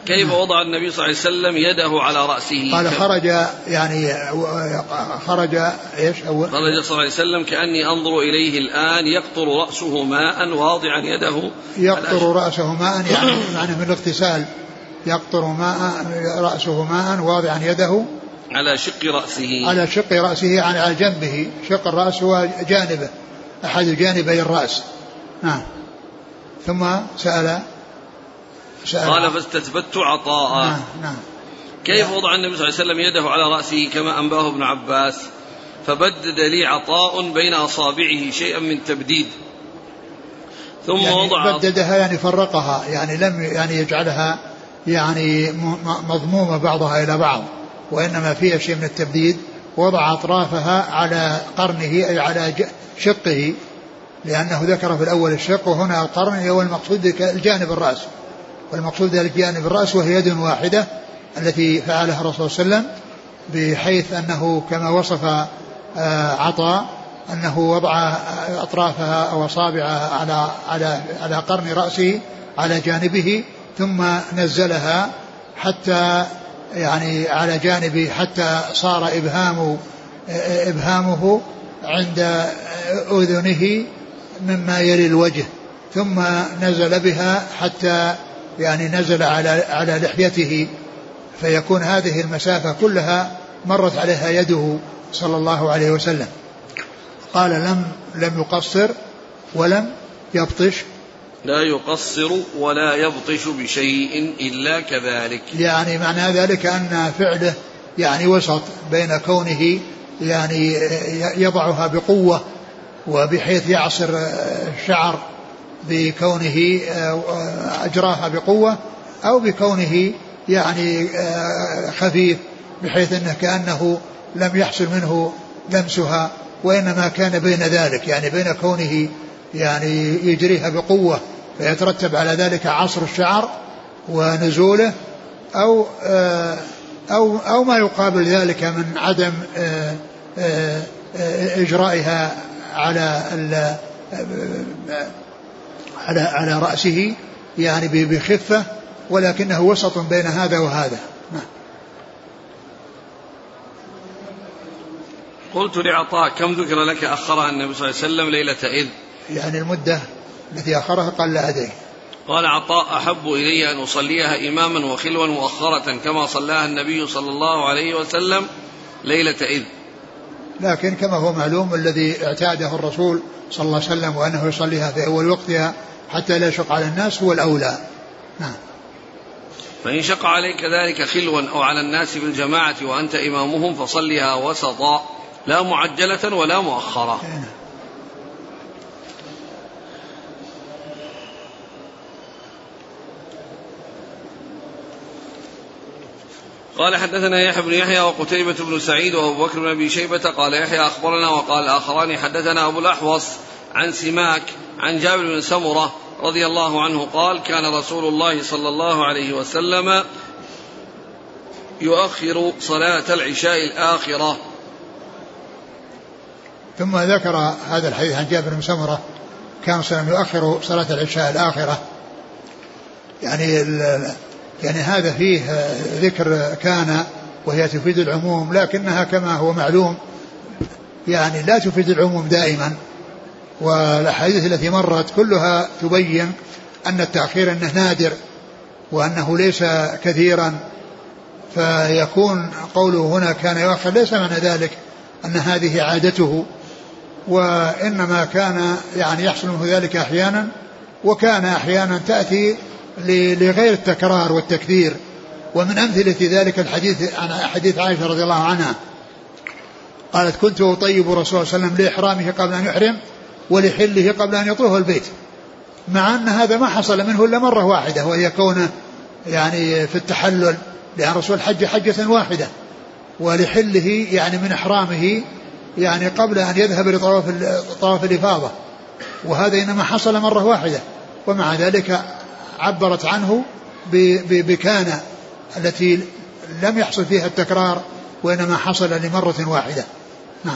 كيف وضع النبي صلى الله عليه وسلم يده على رأسه؟ قال خرج يعني خرج ايش أول؟ خرج صلى الله عليه وسلم كأني أنظر إليه الآن يقطر رأسه ماء واضعا يده يقطر رأسه ماء يعني من الاغتسال، يقطر رأسه ماء واضعا يده على شق رأسه، على شق رأسه يعني على جنبه. شق الرأس هو جانبه، أحد جانبي الرأس. نعم. ثم سأل قال فاستثبت عطاء. نعم. كيف وضع النبي صلى الله عليه وسلم يده على رأسه كما أنباه ابن عباس؟ فبدد لي عطاء بين أصابعه شيئا من تبديد، ثم يعني وضع بددها يعني فرقها، يعني لم يعني يجعلها يعني مضمومة بعضها إلى بعض، وإنما فيها شيء من التبديد. وضع أطرافها على قرنه أي على شقه، لأنه ذكر في الأول الشق، وهنا القرن هو المقصود الجانب الرأس، والمقصود الجانب الرأس وهي يد واحدة التي فعلها الرسول صلى الله عليه وسلم، بحيث أنه كما وصف عطاء أنه وضع أطرافها أو أصابعها على قرن رأسه على جانبه، ثم نزلها حتى يعني على جانبه حتى صار إبهامه عند أذنه مما يلي الوجه، ثم نزل بها حتى يعني نزل على لحيته، فيكون هذه المسافة كلها مرت عليها يده صلى الله عليه وسلم. قال لم يقصر ولم يبطش، لا يقصر ولا يبطش بشيء إلا كذلك، يعني معنى ذلك أن فعله يعني وسط بين كونه يعني يضعها بقوة وبحيث يعصر الشعر بكونه أجراها بقوة، أو بكونه يعني خفيف بحيث أنه كأنه لم يحصل منه لمسها، وإنما كان بين ذلك، يعني بين كونه يعني يجريها بقوة فيترتب على ذلك عصر الشعر ونزوله، أو ما يقابل ذلك من عدم إجرائها على رأسه يعني بخفة، ولكنه وسط بين هذا وهذا. قلت لعطاء كم ذكر لك أخرها النبي صلى الله عليه وسلم ليلة إذ؟ يعني المدة التي أخرها قال لا أدري. قال عطاء أحب إلي أن أصليها إماما وخلوا مؤخرة كما صلاها النبي صلى الله عليه وسلم ليلة إذ، لكن كما هو معلوم الذي اعتاده الرسول صلى الله عليه وسلم وأنه يصليها في أول وقتها حتى لا يشق على الناس هو الأولى. نعم. فإن شق عليك ذلك خلوا أو على الناس بالجماعة وأنت إمامهم فصليها وسطا لا معجلة ولا مؤخرة. قال حدثنا يحيى بن يحيى وقتيبة بن سعيد وأبو بكر بن أبي شيبة قال يحيى أخبرنا وقال الآخران حدثنا أبو الأحوص عن سماك عن جابر بن سمرة رضي الله عنه قال كان رسول الله صلى الله عليه وسلم يؤخر صلاة العشاء الآخرة. ثم ذكر هذا الحديث عن جابر بن سمرة كان صلى الله عليه وسلم يؤخر صلاة العشاء الآخرة، يعني هذا فيه ذكر كان وهي تفيد العموم، لكنها كما هو معلوم يعني لا تفيد العموم دائما، والأحاديث التي مرت كلها تبين أن التأخير أنه نادر وأنه ليس كثيرا، فيكون قوله هنا كان يؤخر ليس معنى ذلك أن هذه عادته، وإنما كان يعني يحصل منه ذلك أحيانا، وكان أحيانا تأتي لغير التكرار والتكثير. ومن أمثلة ذلك الحديث عن حديث عائشة رضي الله عنها قالت كنت أطيب رسول الله صلى الله عليه وسلم لإحرامه قبل أن يحرم ولحله قبل أن يطوف البيت، مع أن هذا ما حصل منه إلا مرة واحدة وهي كونه يعني في التحلل، لأن رسول حج حجة واحدة، ولحله يعني من إحرامه يعني قبل أن يذهب لطواف الإفاضة، وهذا إنما حصل مرة واحدة، ومع ذلك عبرت عنه بكان التي لم يحصل فيها التكرار وإنما حصل لمرة واحدة. نعم.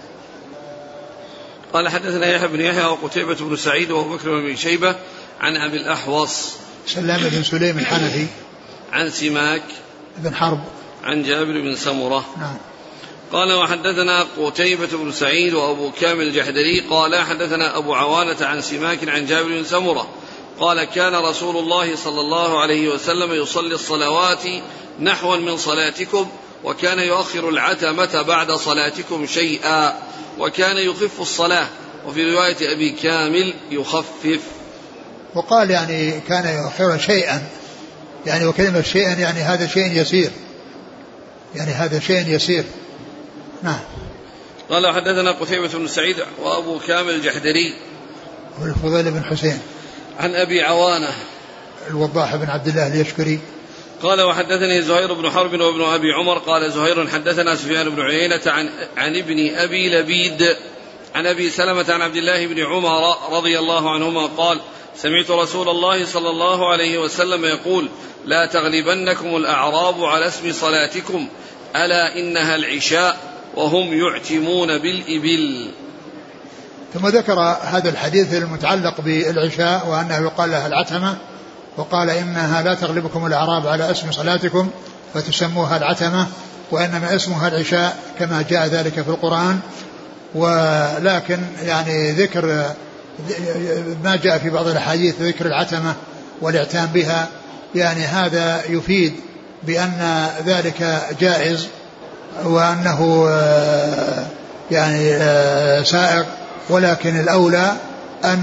قال حدثنا يحيى بن يحيى وقتيبة بن سعيد وأبو بكر بن شيبة عن أبي الأحوص سلام بن سليم الحنفي عن سماك بن حرب عن جابر بن سمرة. نعم. قال وحدثنا قتيبة بن سعيد وأبو كامل الجحدري قال حدثنا أبو عوانة عن سماك عن جابر بن سمرة قال كان رسول الله صلى الله عليه وسلم يصلي الصلوات نحوا من صلاتكم وكان يؤخر العتمة بعد صلاتكم شيئا وكان يخف الصلاة وفي رواية أبي كامل يخفف. وقال يعني كان يؤخر شيئا يعني وكلمة شيئا يعني هذا شيء يسير يعني هذا شيء يسير. نعم. قال حدثنا قتيبة بن سعيد وأبو كامل الجحدري والفضيل بن حسين عن أبي عوانة الوضاح بن عبد الله اليشكري قال وحدثني زهير بن حرب وابن أبي عمر قال زهير حدثنا سفيان بن عيينة عن ابن أبي لبيد عن أبي سلمة عن عبد الله بن عمر رضي الله عنهما قال سمعت رسول الله صلى الله عليه وسلم يقول لا تغلبنكم الأعراب على اسم صلاتكم ألا إنها العشاء وهم يعتمون بالإبل. ثم ذكر هذا الحديث المتعلق بالعشاء وأنه يقال لها العتمة وقال إنها لا تغلبكم الأعراب على اسم صلاتكم فتسموها العتمة وإنما اسمها العشاء كما جاء ذلك في القرآن. ولكن يعني ذكر ما جاء في بعض الأحاديث ذكر العتمة والاعتام بها يعني هذا يفيد بأن ذلك جائز وأنه يعني سائغ ولكن الأولى أن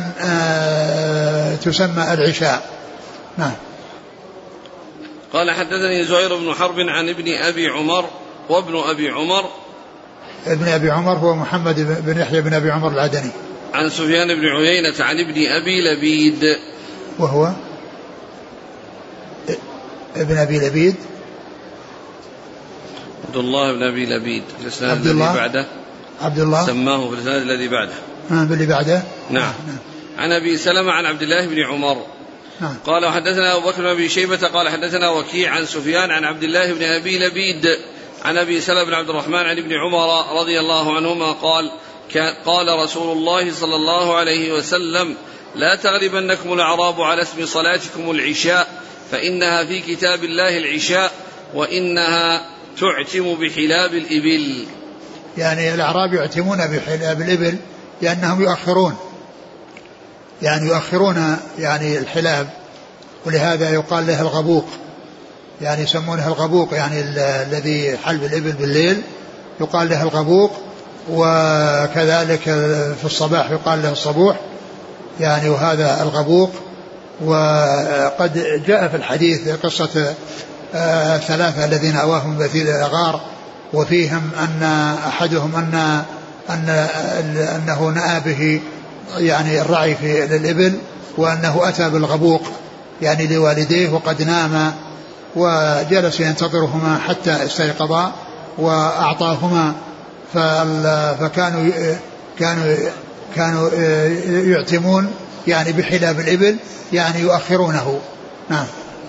تسمى العشاء. نعم. قال حدثني زهير بن حرب عن ابن أبي عمر وابن أبي عمر ابن أبي عمر هو محمد بن يحيى بن أبي عمر العدني عن سفيان بن عيينة عن ابن أبي لبيد وهو ابن أبي لبيد عبد الله بن أبي لبيد عبد الله بعده عبد الله سماه في الإسناد الذي بعده باللي بعده. نعم. عن أبي سلمة عن عبد الله بن عمر. نعم. قال وحدثنا أبو بكر بن أبي شيبة قال حدثنا وكيع عن سفيان عن عبد الله بن أبي لبيد عن أبي سلمة بن عبد الرحمن عن ابن عمر رضي الله عنهما قال رسول الله صلى الله عليه وسلم لا تغلبنكم الأعراب على اسم صلاتكم العشاء فإنها في كتاب الله العشاء وإنها تعتم بحلاب الإبل. يعني الأعراب يعتمون بحلاب الإبل لأنهم يؤخرون يعني الحلاب ولهذا يقال له الغبوق يعني يسمونه الغبوق يعني الذي حلب الإبل بالليل يقال له الغبوق وكذلك في الصباح يقال له الصبوح يعني وهذا الغبوق. وقد جاء في الحديث قصة ثلاثة الذين أواهم بثيل الأغار وفيهم أن أحدهم أنه نأى به يعني الرعي في الإبل وأنه أتى بالغبوق يعني لوالديه وقد نام وجلس ينتظرهما حتى استيقظا وأعطاهما كانوا يعتمون يعني بحلاب الإبل يعني يؤخرونه. نعم.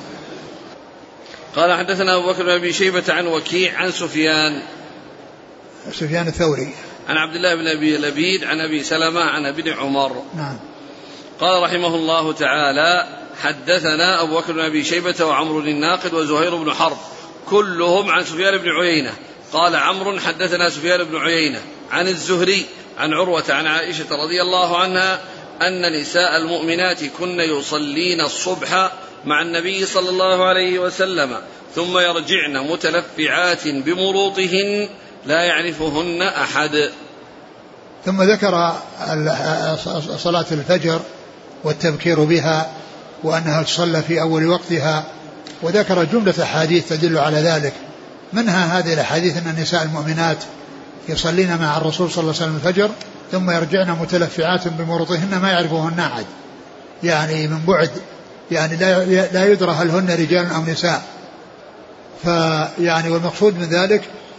قال حدثنا أبو بكر بن أبي شيبة عن وكيع عن سفيان الثوري عن عبد الله بن أبي لبيد عن أبي سلمة عن ابن عمر. نعم. قال رحمه الله تعالى حدثنا أبو بكر بن أبي شيبة وعمرو الناقد وزهير بن حرب كلهم عن سفيان بن عيينة. قال عمرو حدثنا سفيان بن عيينة عن الزهري عن عروة عن عائشة رضي الله عنها أن نساء المؤمنات كن يصلين الصبح مع النبي صلى الله عليه وسلم ثم يرجعن متلفعات بمروطهن لا يعرفهن أحد. ثم ذكر صلاة الفجر والتبكير بها وأنها تصلى في أول وقتها وذكر جملة أحاديث تدل على ذلك منها هذه الأحاديث أن النساء المؤمنات يصلين مع الرسول صلى الله عليه وسلم الفجر ثم يرجعن متلفعات بمروطهن ما يعرفهن أحد يعني من بعد يعني لا يدرى هل هن رجال أو نساء. فيعني والمقصود من ذلك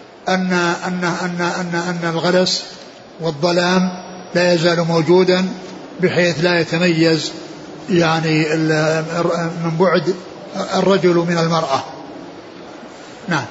أن الغلس والظلام لا يزال موجودا بحيث لا يتميز يعني من بعد الرجل من المرأة. نعم.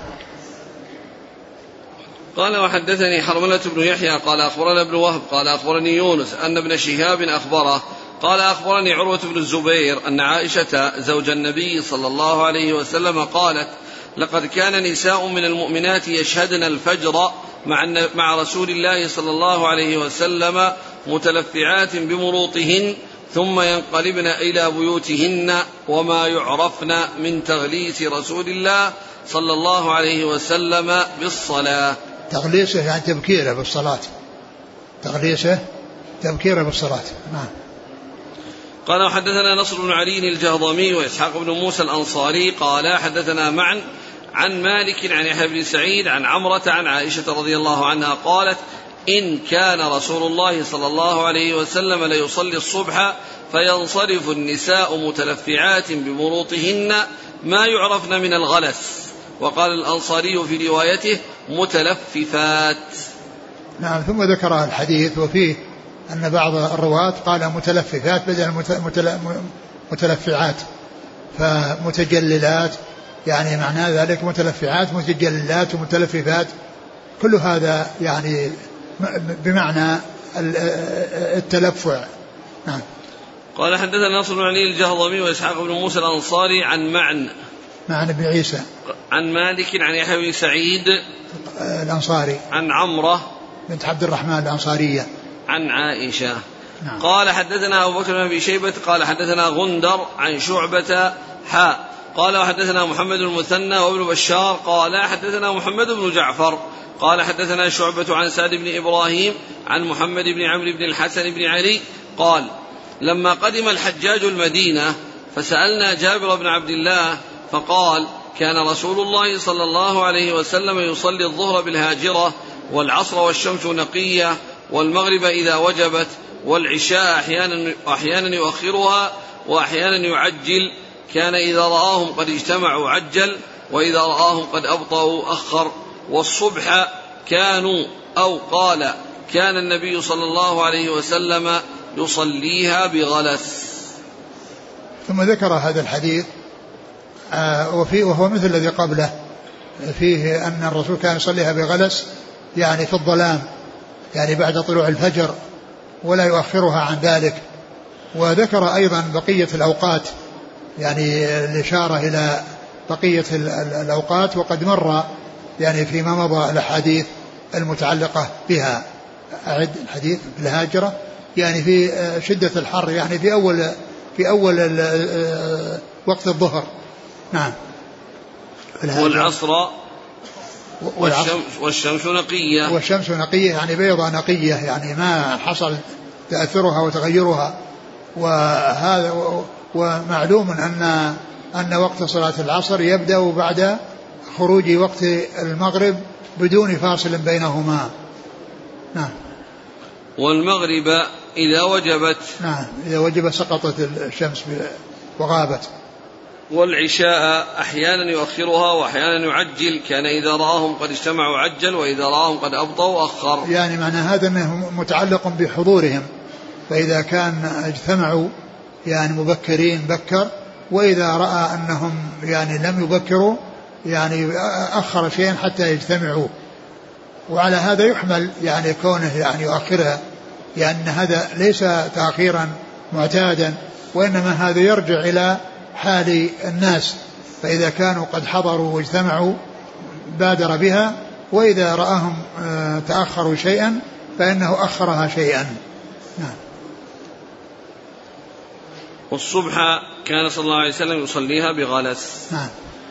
قال وحدثني حرملة بن يحيى قال أخبرنا ابن وهب قال أخبرني يونس أن ابن شهاب أخبره قال أخبرني عروة بن الزبير أن عائشة زوج النبي صلى الله عليه وسلم قالت لقد كان نساء من المؤمنات يشهدن الفجر مع رسول الله صلى الله عليه وسلم متلفعات بمروطهن ثم ينقلبن إلى بيوتهن وما يعرفن من تغليس رسول الله صلى الله عليه وسلم بالصلاة. تغليسه يعني تبكيره بالصلاة. تغليسه تبكيره بالصلاة. نعم. قال وحدثنا نصر بن علي الجهضمي وإسحاق بن موسى الأنصاري قال حدثنا معا عن مالك عن يحيى بن سعيد عن عمرة عن عائشة رضي الله عنها قالت إن كان رسول الله صلى الله عليه وسلم ليصلي الصبح فينصرف النساء متلفعات بمروطهن ما يعرفن من الغلس. وقال الأنصاري في روايته متلففات. نعم. ثم ذكر الحديث وفيه أن بعض الرواة قال متلففات بدل متلفعات فمتجللات، يعني معنى ذلك متلفعات متجللات ومتلففات كل هذا يعني بمعنى التلفع. نعم. قال حدثنا نصر بن علي الجهضمي وإسحاق بن موسى الأنصاري عن معن بن عيسى عن مالك عن يحيى بن سعيد الأنصاري عن عمرة بنت عبد الرحمن الأنصارية عن عائشة. نعم. قال حدثنا أبو بكر بن أبي شيبة قال حدثنا غندر عن شعبة قال وحدثنا محمد المثنى وابن بشار قال حدثنا محمد بن جعفر قال حدثنا شعبة عن سعد بن إبراهيم عن محمد بن عمرو بن الحسن بن علي قال لما قدم الحجاج المدينة فسألنا جابر بن عبد الله فقال كان رسول الله صلى الله عليه وسلم يصلي الظهر بالهاجرة والعصر والشمس نقية والمغرب إذا وجبت والعشاء أحيانا يؤخرها وأحيانا يعجل كان إذا رآهم قد اجتمعوا عجل وإذا رآهم قد أبطأوا أخر والصبح كانوا أو قال كان النبي صلى الله عليه وسلم يصليها بغلس. ثم ذكر هذا الحديث وهو مثل الذي قبله فيه أن الرسول كان يصليها بغلس يعني في الظلام يعني بعد طلوع الفجر ولا يؤخرها عن ذلك. وذكر أيضا بقية الأوقات يعني الإشارة إلى بقية الأوقات وقد مر يعني فيما مضى الأحاديث المتعلقة بها. أعد الحديث في الهاجرة يعني في شدة الحر يعني في أول وقت الظهر. نعم. والعصر والشمس نقية والشمس نقية يعني بيضة نقية يعني ما حصل تأثرها وتغيرها. وهذا ومعلوم أن وقت صلاة العصر يبدأ بعد خروج وقت المغرب بدون فاصل بينهما. نعم. والمغرب إذا وجبت نعم إذا وجب سقطت الشمس وغابت. والعشاء أحيانا يؤخرها وأحيانا يعجل كان إذا رآهم قد اجتمعوا عجل وإذا رآهم قد أبطأوا أخر. يعني معنى هذا أنه متعلق بحضورهم فإذا كان اجتمعوا يعني مبكرين بكر وإذا رأى أنهم يعني لم يبكروا يعني أخر شيئا حتى يجتمعوا. وعلى هذا يحمل يعني كونه يعني يؤخرها لأن يعني هذا ليس تأخيرا معتادا وإنما هذا يرجع إلى حال الناس فإذا كانوا قد حضروا واجتمعوا بادر بها وإذا رآهم تأخروا شيئا فإنه أخرها شيئا. نعم. والصبح كان صلى الله عليه وسلم يصليها بغلس. نعم.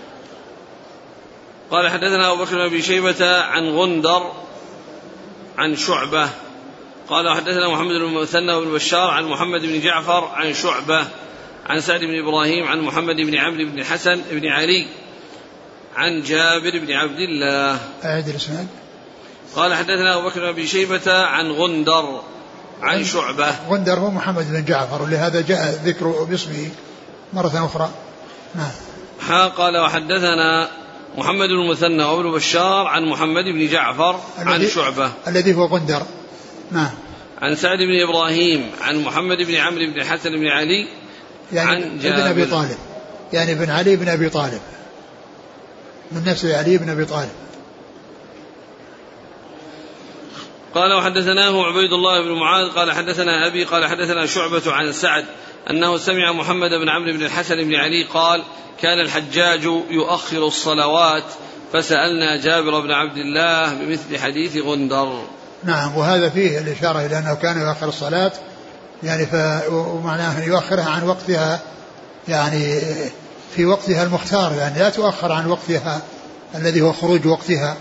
قال حدثنا أبو بكر بن أبي شيبة عن غندر عن شعبة قال حدثنا محمد بن المثنى وابن بشار عن محمد بن جعفر عن شعبة عن سعد بن إبراهيم عن محمد بن عمرو بن الحسن بن علي عن جابر بن عبد الله. أعد الإسناد. قال حدثنا أبو بكر بن أبي شيبة عن غندر عن شعبة. غندر هو محمد بن جعفر ولهذا جاء ذكره باسمه مرة أخرى. نعم. قال وحدثنا محمد بن المثنى وابن بشار عن محمد بن جعفر عن شعبة الذي هو غندر. نعم. عن سعد بن إبراهيم عن محمد بن عمرو بن الحسن بن علي يعني عن ابن أبي طالب يعني بن علي بن أبي طالب من نسل علي بن أبي طالب. قال وحدثناه عبيد الله بن معاذ قال حدثنا أبي قال حدثنا شعبة عن سعد أنه سمع محمد بن عمرو بن الحسن بن علي قال كان الحجاج يؤخر الصلوات فسألنا جابر بن عبد الله بمثل حديث غندر. نعم. وهذا فيه الإشارة إلى أنه كان يؤخر الصلاة يعني ومعناه يؤخرها عن وقتها يعني في وقتها المختار يعني لا تؤخر عن وقتها الذي هو خروج وقتها.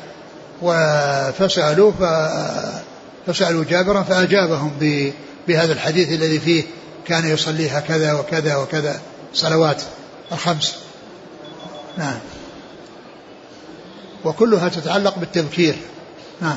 فسألوا جابرا فأجابهم بهذا الحديث الذي فيه كان يصليها كذا وكذا وكذا صلوات الخمس. نعم. وكلها تتعلق بالتبكير. نعم.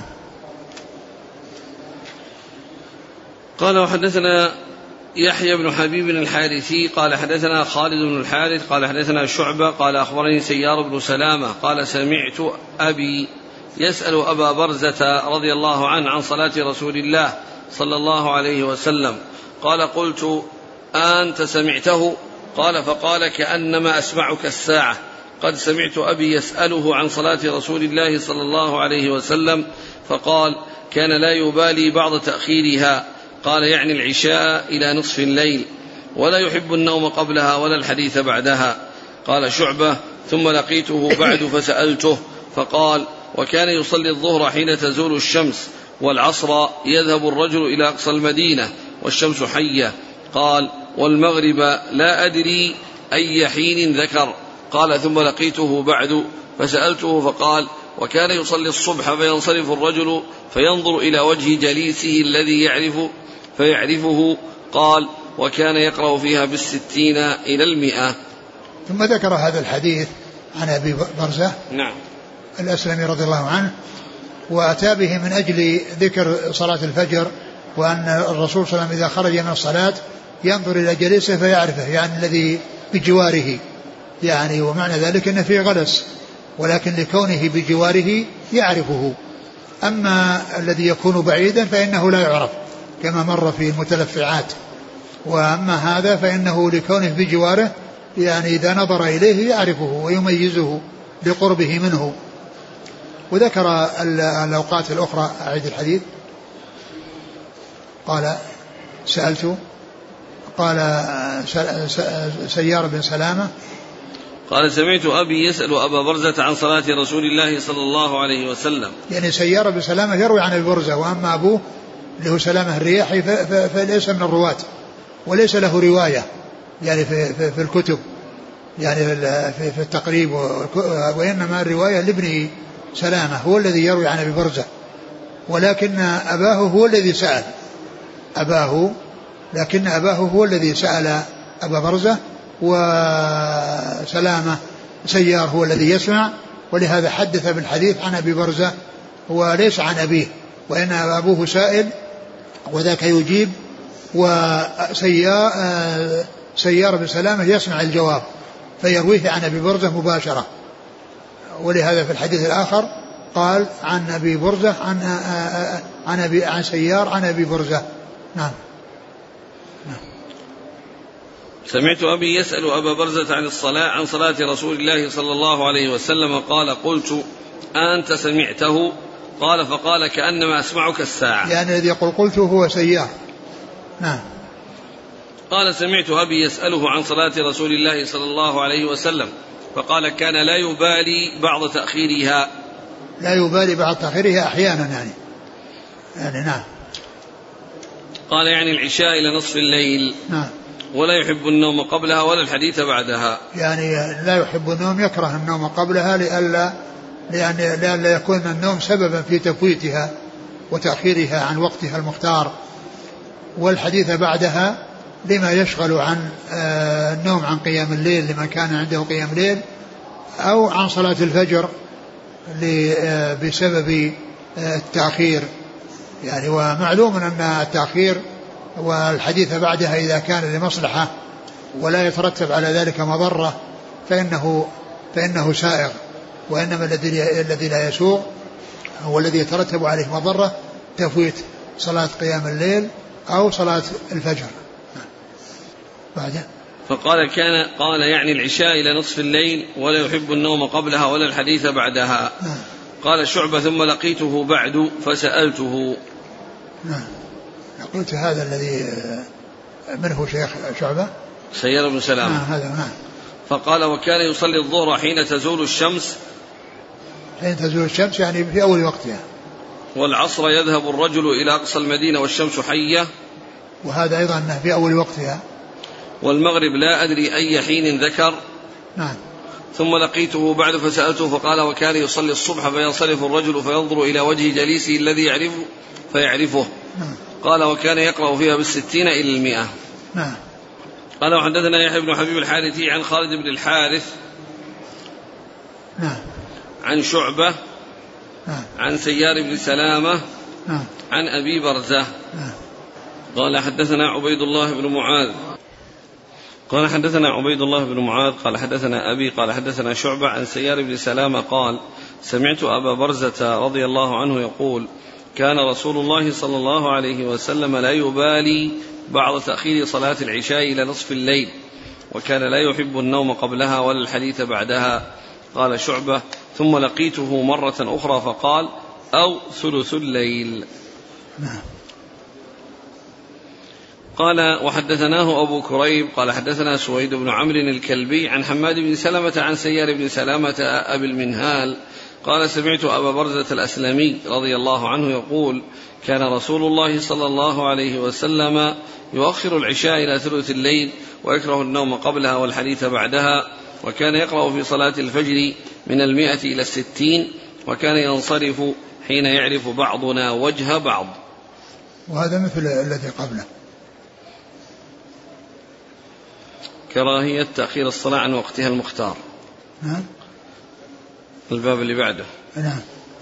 قال وحدثنا يحيى بن حبيب الحارثي قال حدثنا خالد بن الحارث قال حدثنا شعبة قال أخبرني سيار بن سلامة قال سمعت أبي يسأل أبا برزة رضي الله عنه عن صلاة رسول الله صلى الله عليه وسلم قال قلت أنت سمعته؟ قال فقال كأنما أسمعك الساعة قد سمعت أبي يسأله عن صلاة رسول الله صلى الله عليه وسلم فقال كان لا يبالي بعض تأخيرها قال يعني العشاء إلى نصف الليل ولا يحب النوم قبلها ولا الحديث بعدها. قال شعبة ثم لقيته بعد فسألته فقال وكان يصلي الظهر حين تزول الشمس والعصر يذهب الرجل إلى أقصى المدينة والشمس حية. قال والمغرب لا أدري أي حين ذكر. قال ثم لقيته بعد فسألته فقال وكان يصلي الصبح فينصرف الرجل فينظر إلى وجه جليسه الذي فيعرفه. قال وكان يقرأ فيها 60 إلى 100. ثم ذكر هذا الحديث عن أبي برزة نعم الأسلمي رضي الله عنه وأتى به من أجل ذكر صلاة الفجر وأن الرسول صلى الله عليه وسلم إذا خرج من الصلاة ينظر إلى جليسه فيعرفه يعني الذي بجواره يعني ومعنى ذلك أنه فيه غلس ولكن لكونه بجواره يعرفه. أما الذي يكون بعيدا فإنه لا يعرف كما مر في المتلفعات. وأما هذا فإنه لكونه بجواره يعني إذا نظر إليه يعرفه ويميزه لقربه منه. وذكر الأوقات الأخرى. أعيد الحديث. قال سألت قال سيار بن سلامة قال سمعت أبي يسأل أبا برزة عن صلاة رسول الله صلى الله عليه وسلم. يعني سيار بن سلامة يروي عن أبي برزة وأما أبوه اللي هو سلامة الرياحي فليس من الرواة وليس له رواية يعني في الكتب يعني في التقريب وإنما الرواية لابن سلامة هو الذي يروي عن أبي برزة ولكن أباه هو الذي سأل لكن أباه هو الذي سأل أبا برزة وسلامة سيار هو الذي يسمع ولهذا حدث بالحديث عن أبي برزة وليس عن أبيه وإن أبوه سائل وذاك يجيب وسيار بن سلامة يسمع الجواب فيرويه عن أبي برزة مباشرة. ولهذا في الحديث الآخر قال عن أبي برزة عن سيار عن أبي برزة. نعم. سمعت أبي يسأل أبا برزة عن صلاة رسول الله صلى الله عليه وسلم قال قلت أنت سمعته؟ قال فقال كأنما أسمعك الساعة يعني الذي يقول قلت هو سيار. نعم. قال سمعت أبي يسأله عن صلاة رسول الله صلى الله عليه وسلم فقال كان لا يبالي بعض تأخيرها أحيانا يعني نعم. قال يعني العشاء إلى نصف الليل. نعم. ولا يحب النوم قبلها ولا الحديث بعدها يعني لا يحب النوم يكره النوم قبلها لأن يكون النوم سببا في تفويتها وتأخيرها عن وقتها المختار والحديث بعدها لما يشغل عن النوم عن قيام الليل لمن كان عنده قيام ليل أو عن صلاة الفجر بسبب التأخير يعني. ومعلوم أن التأخير والحديث بعدها إذا كان لمصلحة ولا يترتب على ذلك مضرة فإنه سائغ وإنما الذي لا يسوغ هو الذي يترتب عليه مضرة تفويت صلاة قيام الليل أو صلاة الفجر. بعدين فقال قال يعني العشاء إلى نصف الليل ولا يحب النوم قبلها ولا الحديث بعدها. قال شعبة ثم لقيته بعد فسألته. نعم. قلت هذا الذي منه شيخ شعبة سيار بن سلامة. هذا نعم. فقال وكان يصلي الظهر حين تزول الشمس. حين تزول الشمس يعني في أول وقتها. والعصر يذهب الرجل إلى أقصى المدينة والشمس حية. وهذا أيضا في أول وقتها. والمغرب لا أدري أي حين ذكر. نعم. ثم لقيته بعد فسألته فقال وكان يصلي الصبح فينصرف الرجل فينظر إلى وجه جليسه الذي يعرفه فيعرفه. نعم. قال وكان يقرأ فيها 60 إلى 100. نعم. قال وحدثنا يحيى بن حبيب الحارثي عن خالد بن الحارث. نعم. عن شعبة. نعم. عن سيار بن سلامة. نعم. عن أبي برزة. نعم. قال حدثنا عبيد الله بن معاذ قال حدثنا عبيد الله بن معاذ قال حدثنا أبي قال حدثنا شعبة عن سيار بن سلامة قال سمعت أبا برزة رضي الله عنه يقول كان رسول الله صلى الله عليه وسلم لا يبالي بعد تأخير صلاة العشاء إلى نصف الليل وكان لا يحب النوم قبلها ولا الحديث بعدها. قال شعبة ثم لقيته مرة أخرى فقال أو ثلث الليل. نعم. قال وحدثناه أبو كريب قال حدثنا سويد بن عمرو الكلبي عن حماد بن سلمة عن سيار بن سلامة أبي المنهال قال سمعت أبا برزة الأسلمي رضي الله عنه يقول كان رسول الله صلى الله عليه وسلم يؤخر العشاء إلى ثلث الليل ويكره النوم قبلها والحديث بعدها وكان يقرأ في صلاة الفجر من 100 إلى 60 وكان ينصرف حين يعرف بعضنا وجه بعض. وهذا مثل الذي قبله. كراهية تأخير الصلاة عن وقتها المختار. نعم. الباب اللي بعده. نعم.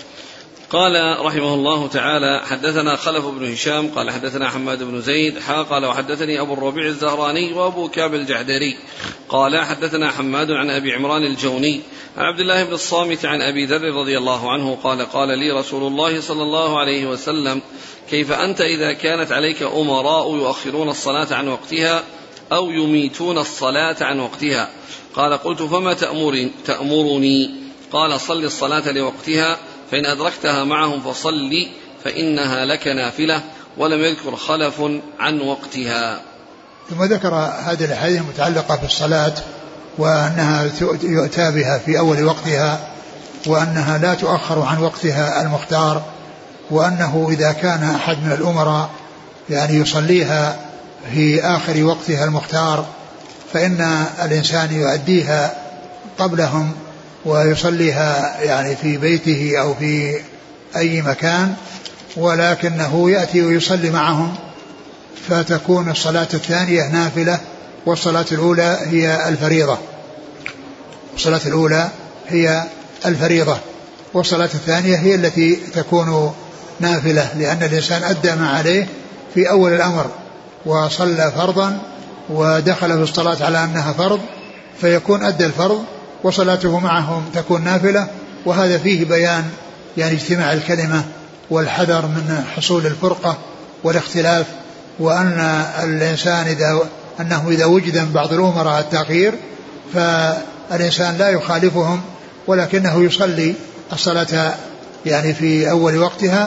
قال رحمه الله تعالى حدثنا خلف بن هشام قال حدثنا حماد بن زيد قال وحدثني أبو الربيع الزهراني وأبو كامل الجحدري قال حدثنا حماد عن أبي عمران الجوني عن عبد الله بن الصامت عن أبي ذر رضي الله عنه قال لي رسول الله صلى الله عليه وسلم كيف أنت إذا كانت عليك أمراء يؤخرون الصلاة عن وقتها أو يميتون الصلاة عن وقتها. قال قلت فما تأمرني؟ قال صل الصلاة لوقتها فإن أدركتها معهم فصل فإنها لك نافلة ولم يذكر خلف عن وقتها. ثم ذكر هذه الأحاديث المتعلقة بالصلاة وأنها يؤتى بها في أول وقتها وأنها لا تؤخر عن وقتها المختار وأنه إذا كان أحد من الأمراء يعني يصليها في آخر وقتها المختار فإن الإنسان يؤديها قبلهم ويصليها يعني في بيته أو في أي مكان ولكنه يأتي ويصلي معهم فتكون الصلاة الثانية نافلة والصلاة الأولى هي الفريضة. الصلاة الأولى هي الفريضة والصلاة الثانية هي التي تكون نافلة لأن الإنسان أدى ما عليه في أول الأمر وصلى فرضا ودخل في الصلاة على أنها فرض فيكون أدى الفرض وصلاته معهم تكون نافلة. وهذا فيه بيان يعني اجتماع الكلمة والحذر من حصول الفرقة والاختلاف وأن الإنسان أنه إذا وجد من بعض الأمراء التأخير فالإنسان لا يخالفهم ولكنه يصلي الصلاة يعني في أول وقتها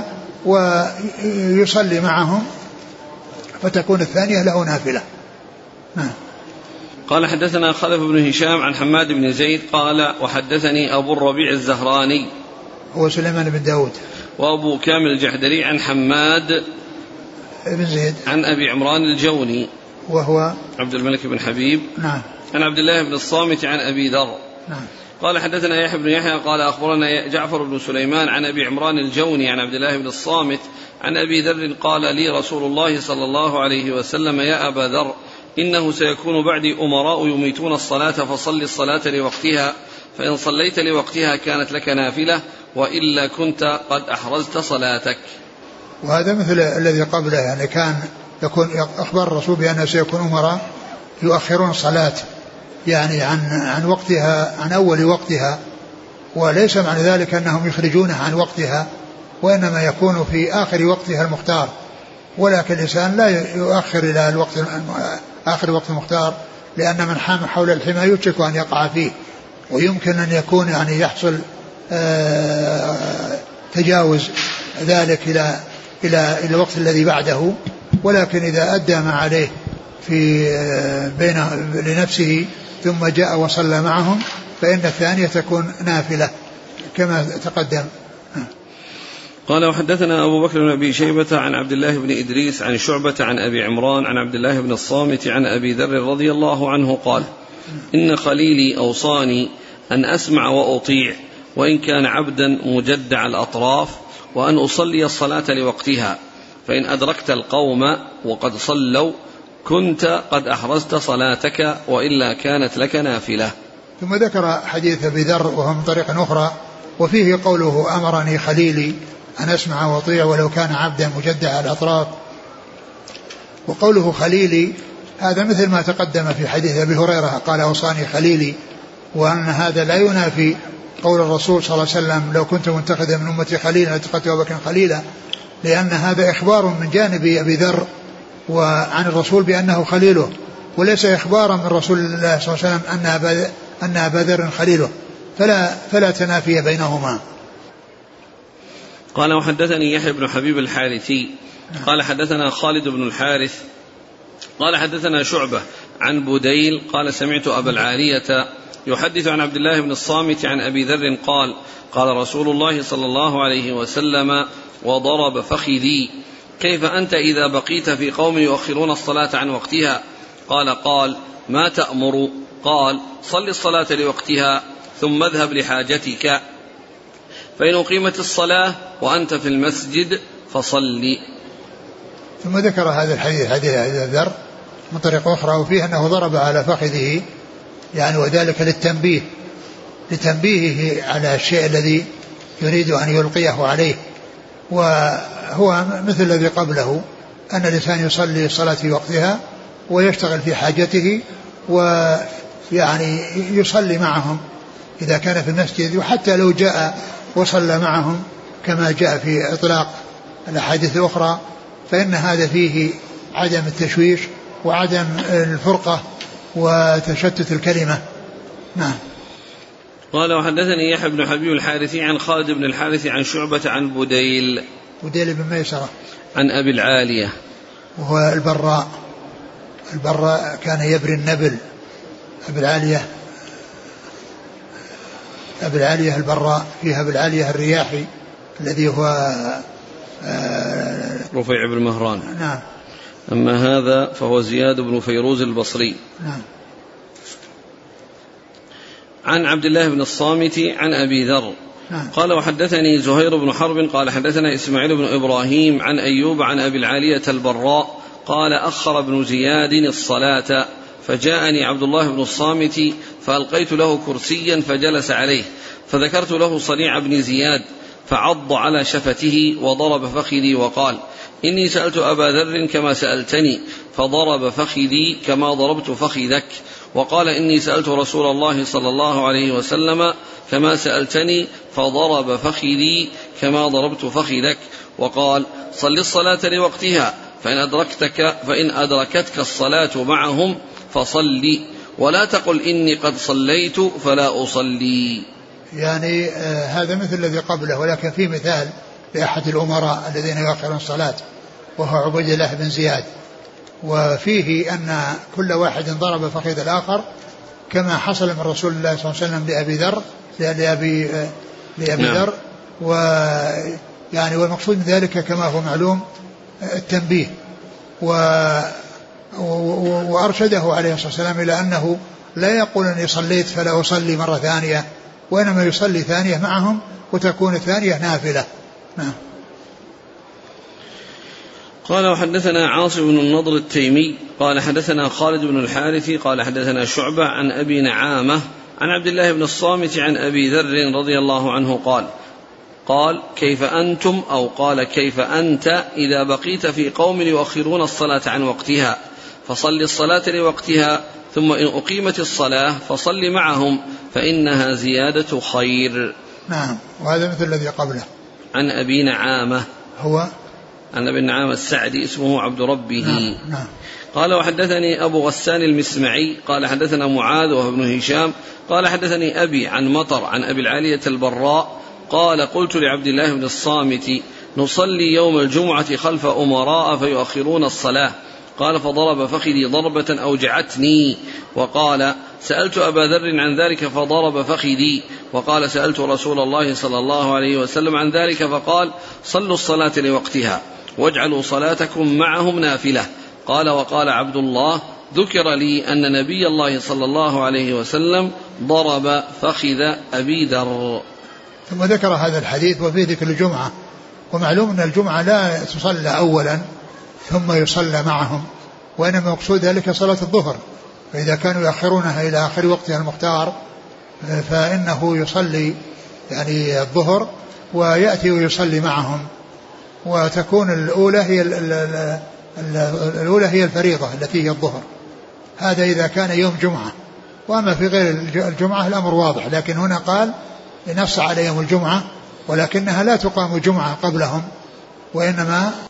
ويصلي معهم فتكون الثانية له نافلة. قال حدثنا خلف بن هشام عن حماد بن زيد قال وحدثني أبو الربيع الزهراني هو سليمان بن داود وأبو كامل الجحدري عن حماد بن زيد عن أبي عمران الجوني وهو عبد الملك بن حبيب. نعم. عن عبد الله بن الصامت عن أبي ذر. نعم. قال حدثنا يحيى بن يحيى قال أخبرنا جعفر بن سليمان عن أبي عمران الجوني عن عبد الله بن الصامت عن أبي ذر قال لي رسول الله صلى الله عليه وسلم يا أبا ذر إنه سيكون بعدي أمراء يميتون الصلاة فصل الصلاة لوقتها فإن صليت لوقتها كانت لك نافلة وإلا كنت قد أحرزت صلاتك. وهذا مثل الذي قبله يعني كان يكون أخبر الرسول بأنه سيكون أمراء يؤخرون الصلاة يعني عن وقتها عن أول وقتها وليس معنى ذلك أنهم يخرجونها عن وقتها وإنما يكون في آخر وقتها المختار ولكن الإنسان لا يؤخر إلى الوقت آخر وقت المختار لأن من حام حول الحمى يوشك أن يقع فيه ويمكن أن يكون يعني يحصل تجاوز ذلك إلى الوقت الذي بعده، ولكن إذا أدى ما عليه في بين لنفسه ثم جاء وصلى معهم فإن الثانية تكون نافلة كما تقدم. قال وحدثنا أبو بكر بن أبي شيبة عن عبد الله بن إدريس عن شعبة عن أبي عمران عن عبد الله بن الصامت عن أبي ذر رضي الله عنه قال إن خليلي أوصاني أن أسمع وأطيع وإن كان عبدا مجدع الأطراف، وأن أصلي الصلاة لوقتها، فإن أدركت القوم وقد صلوا كنت قد أحرزت صلاتك وإلا كانت لك نافلة. ثم ذكر حديث أبي ذر وهو من طريق أخرى وفيه قوله أمرني خليلي أن أسمع وأطيع ولو كان عبدا مجدع الأطراف. وقوله خليلي هذا مثل ما تقدم في حديث أبي هريرة قال أوصاني خليلي، وأن هذا لا ينافي قول الرسول صلى الله عليه وسلم لو كنت متخذا من أمتي خليلا لاتخذت أبا بكر خليلا، لأن هذا إخبار من جانب أبي ذر وعن الرسول بأنه خليله، وليس إخبارا من رسول الله صلى الله عليه وسلم أن أبا ذر خليله، فلا تنافي بينهما. قال وحدثني يحيى بن حبيب الحارثي قال حدثنا خالد بن الحارث قال حدثنا شعبة عن بديل قال سمعت أبا العالية يحدث عن عبد الله بن الصامت عن أبي ذر قال قال رسول الله صلى الله عليه وسلم وضرب فخذي كيف أنت إذا بقيت في قوم يؤخرون الصلاة عن وقتها؟ قال ما تأمر؟ قال صل الصلاة لوقتها ثم اذهب لحاجتك، فإن أقيمت الصلاة وأنت في المسجد فصلي. ثم ذكر هذا الحديث حديث أبي ذر من طريق أخرى وفيه أنه ضرب على فخذه يعني وذلك لتنبيهه على الشيء الذي يريد أن يلقيه عليه، وهو مثل الذي قبله أن الإنسان يصلي الصلاة في وقتها ويشتغل في حاجته ويعني يصلي معهم إذا كان في المسجد، وحتى لو جاء وصلى معهم كما جاء في إطلاق الأحاديث الأخرى فإن هذا فيه عدم التشويش وعدم الفرقة وتشتت الكلمة. نعم. قال وحدثني يحيى بن حبيب الحارثي عن خالد بن الحارث عن شعبة عن بديل بن ميسرة عن أبي العالية وهو البراء كان يبري النبل. أبي العالية البراء فيها أبي العالية الرياحي الذي هو رفيع بن مهران. نعم. أما هذا فهو زياد بن فيروز البصري. نعم. عن عبد الله بن الصامت عن أبي ذر. نعم. قال وحدثني زهير بن حرب قال حدثنا إسماعيل بن إبراهيم عن أيوب عن أبي العالية البراء قال أخر ابن زياد الصلاة فجاءني عبد الله بن الصامت فألقيت له كرسيا فجلس عليه فذكرت له صنيع بن زياد فعض على شفته وضرب فخذي وقال إني سألت أبا ذر كما سألتني فضرب فخذي كما ضربت فخذك، وقال إني سألت رسول الله صلى الله عليه وسلم كما سألتني فضرب فخذي كما ضربت فخذك، وقال صل الصلاة لوقتها فإن أدركتك الصلاة معهم فصلي ولا تقل إني قد صليت فلا أصلي. يعني هذا مثل الذي قبله، ولكن في مثال لأحد الأمراء الذين يؤخرون الصلاة وهو عبيد الله بن زياد، وفيه أن كل واحد ضرب فخذ الآخر كما حصل من رسول الله صلى الله عليه وسلم لأبي ذر ويعني والمقصود من ذلك كما هو معلوم التنبيه، وأرشده عليه الصلاة والسلام إلى أنه لا يقول أني صليت فلا أصلي مرة ثانية، وإنما يصلي ثانية معهم وتكون الثانية نافلة. نعم. قال وحدثنا عاصم بن النضر التيمي قال حدثنا خالد بن الحارث قال حدثنا شعبة عن أبي نعامة عن عبد الله بن الصامت عن أبي ذر رضي الله عنه قال كيف أنتم أو قال كيف أنت إذا بقيت في قوم يؤخرون الصلاة عن وقتها فصل الصلاة لوقتها ثم إن أقيمت الصلاة فصل معهم فإنها زيادة خير. نعم. وهذا مثل الذي قبله. عن أبي نعامة هو عن أبي نعامة السعدي اسمه عبد ربه. نعم. قال وحدثني أبو غسان المسمعي قال حدثنا معاذ وهو ابن هشام قال حدثني أبي عن مطر عن أبي العالية البراء قال قلت لعبد الله بن الصامت نصلي يوم الجمعة خلف أمراء فيؤخرون الصلاة. قال فضرب فخذي ضربة أوجعتني. وقال سألت أبا ذر عن ذلك فضرب فخذي. وقال سألت رسول الله صلى الله عليه وسلم عن ذلك فقال صلوا الصلاة لوقتها واجعلوا صلاتكم معهم نافلة. قال وقال عبد الله ذكر لي أن نبي الله صلى الله عليه وسلم ضرب فخذ أبي ذر. ثم ذكر هذا الحديث وفيه ذكر الجمعة. ومعلوم أن الجمعة لا تصلى أولا ثم يصلى معهم، وإنما مقصود ذلك صلاة الظهر، فإذا كانوا يأخرونها إلى آخر وقتها المختار فإنه يصلي يعني الظهر ويأتي ويصلي معهم، وتكون الأولى هي الفريضة التي هي الظهر. هذا إذا كان يوم جمعة. وأما في غير الجمعة الأمر واضح، لكن هنا قال نص على يوم الجمعة، ولكنها لا تقام جمعة قبلهم، وإنما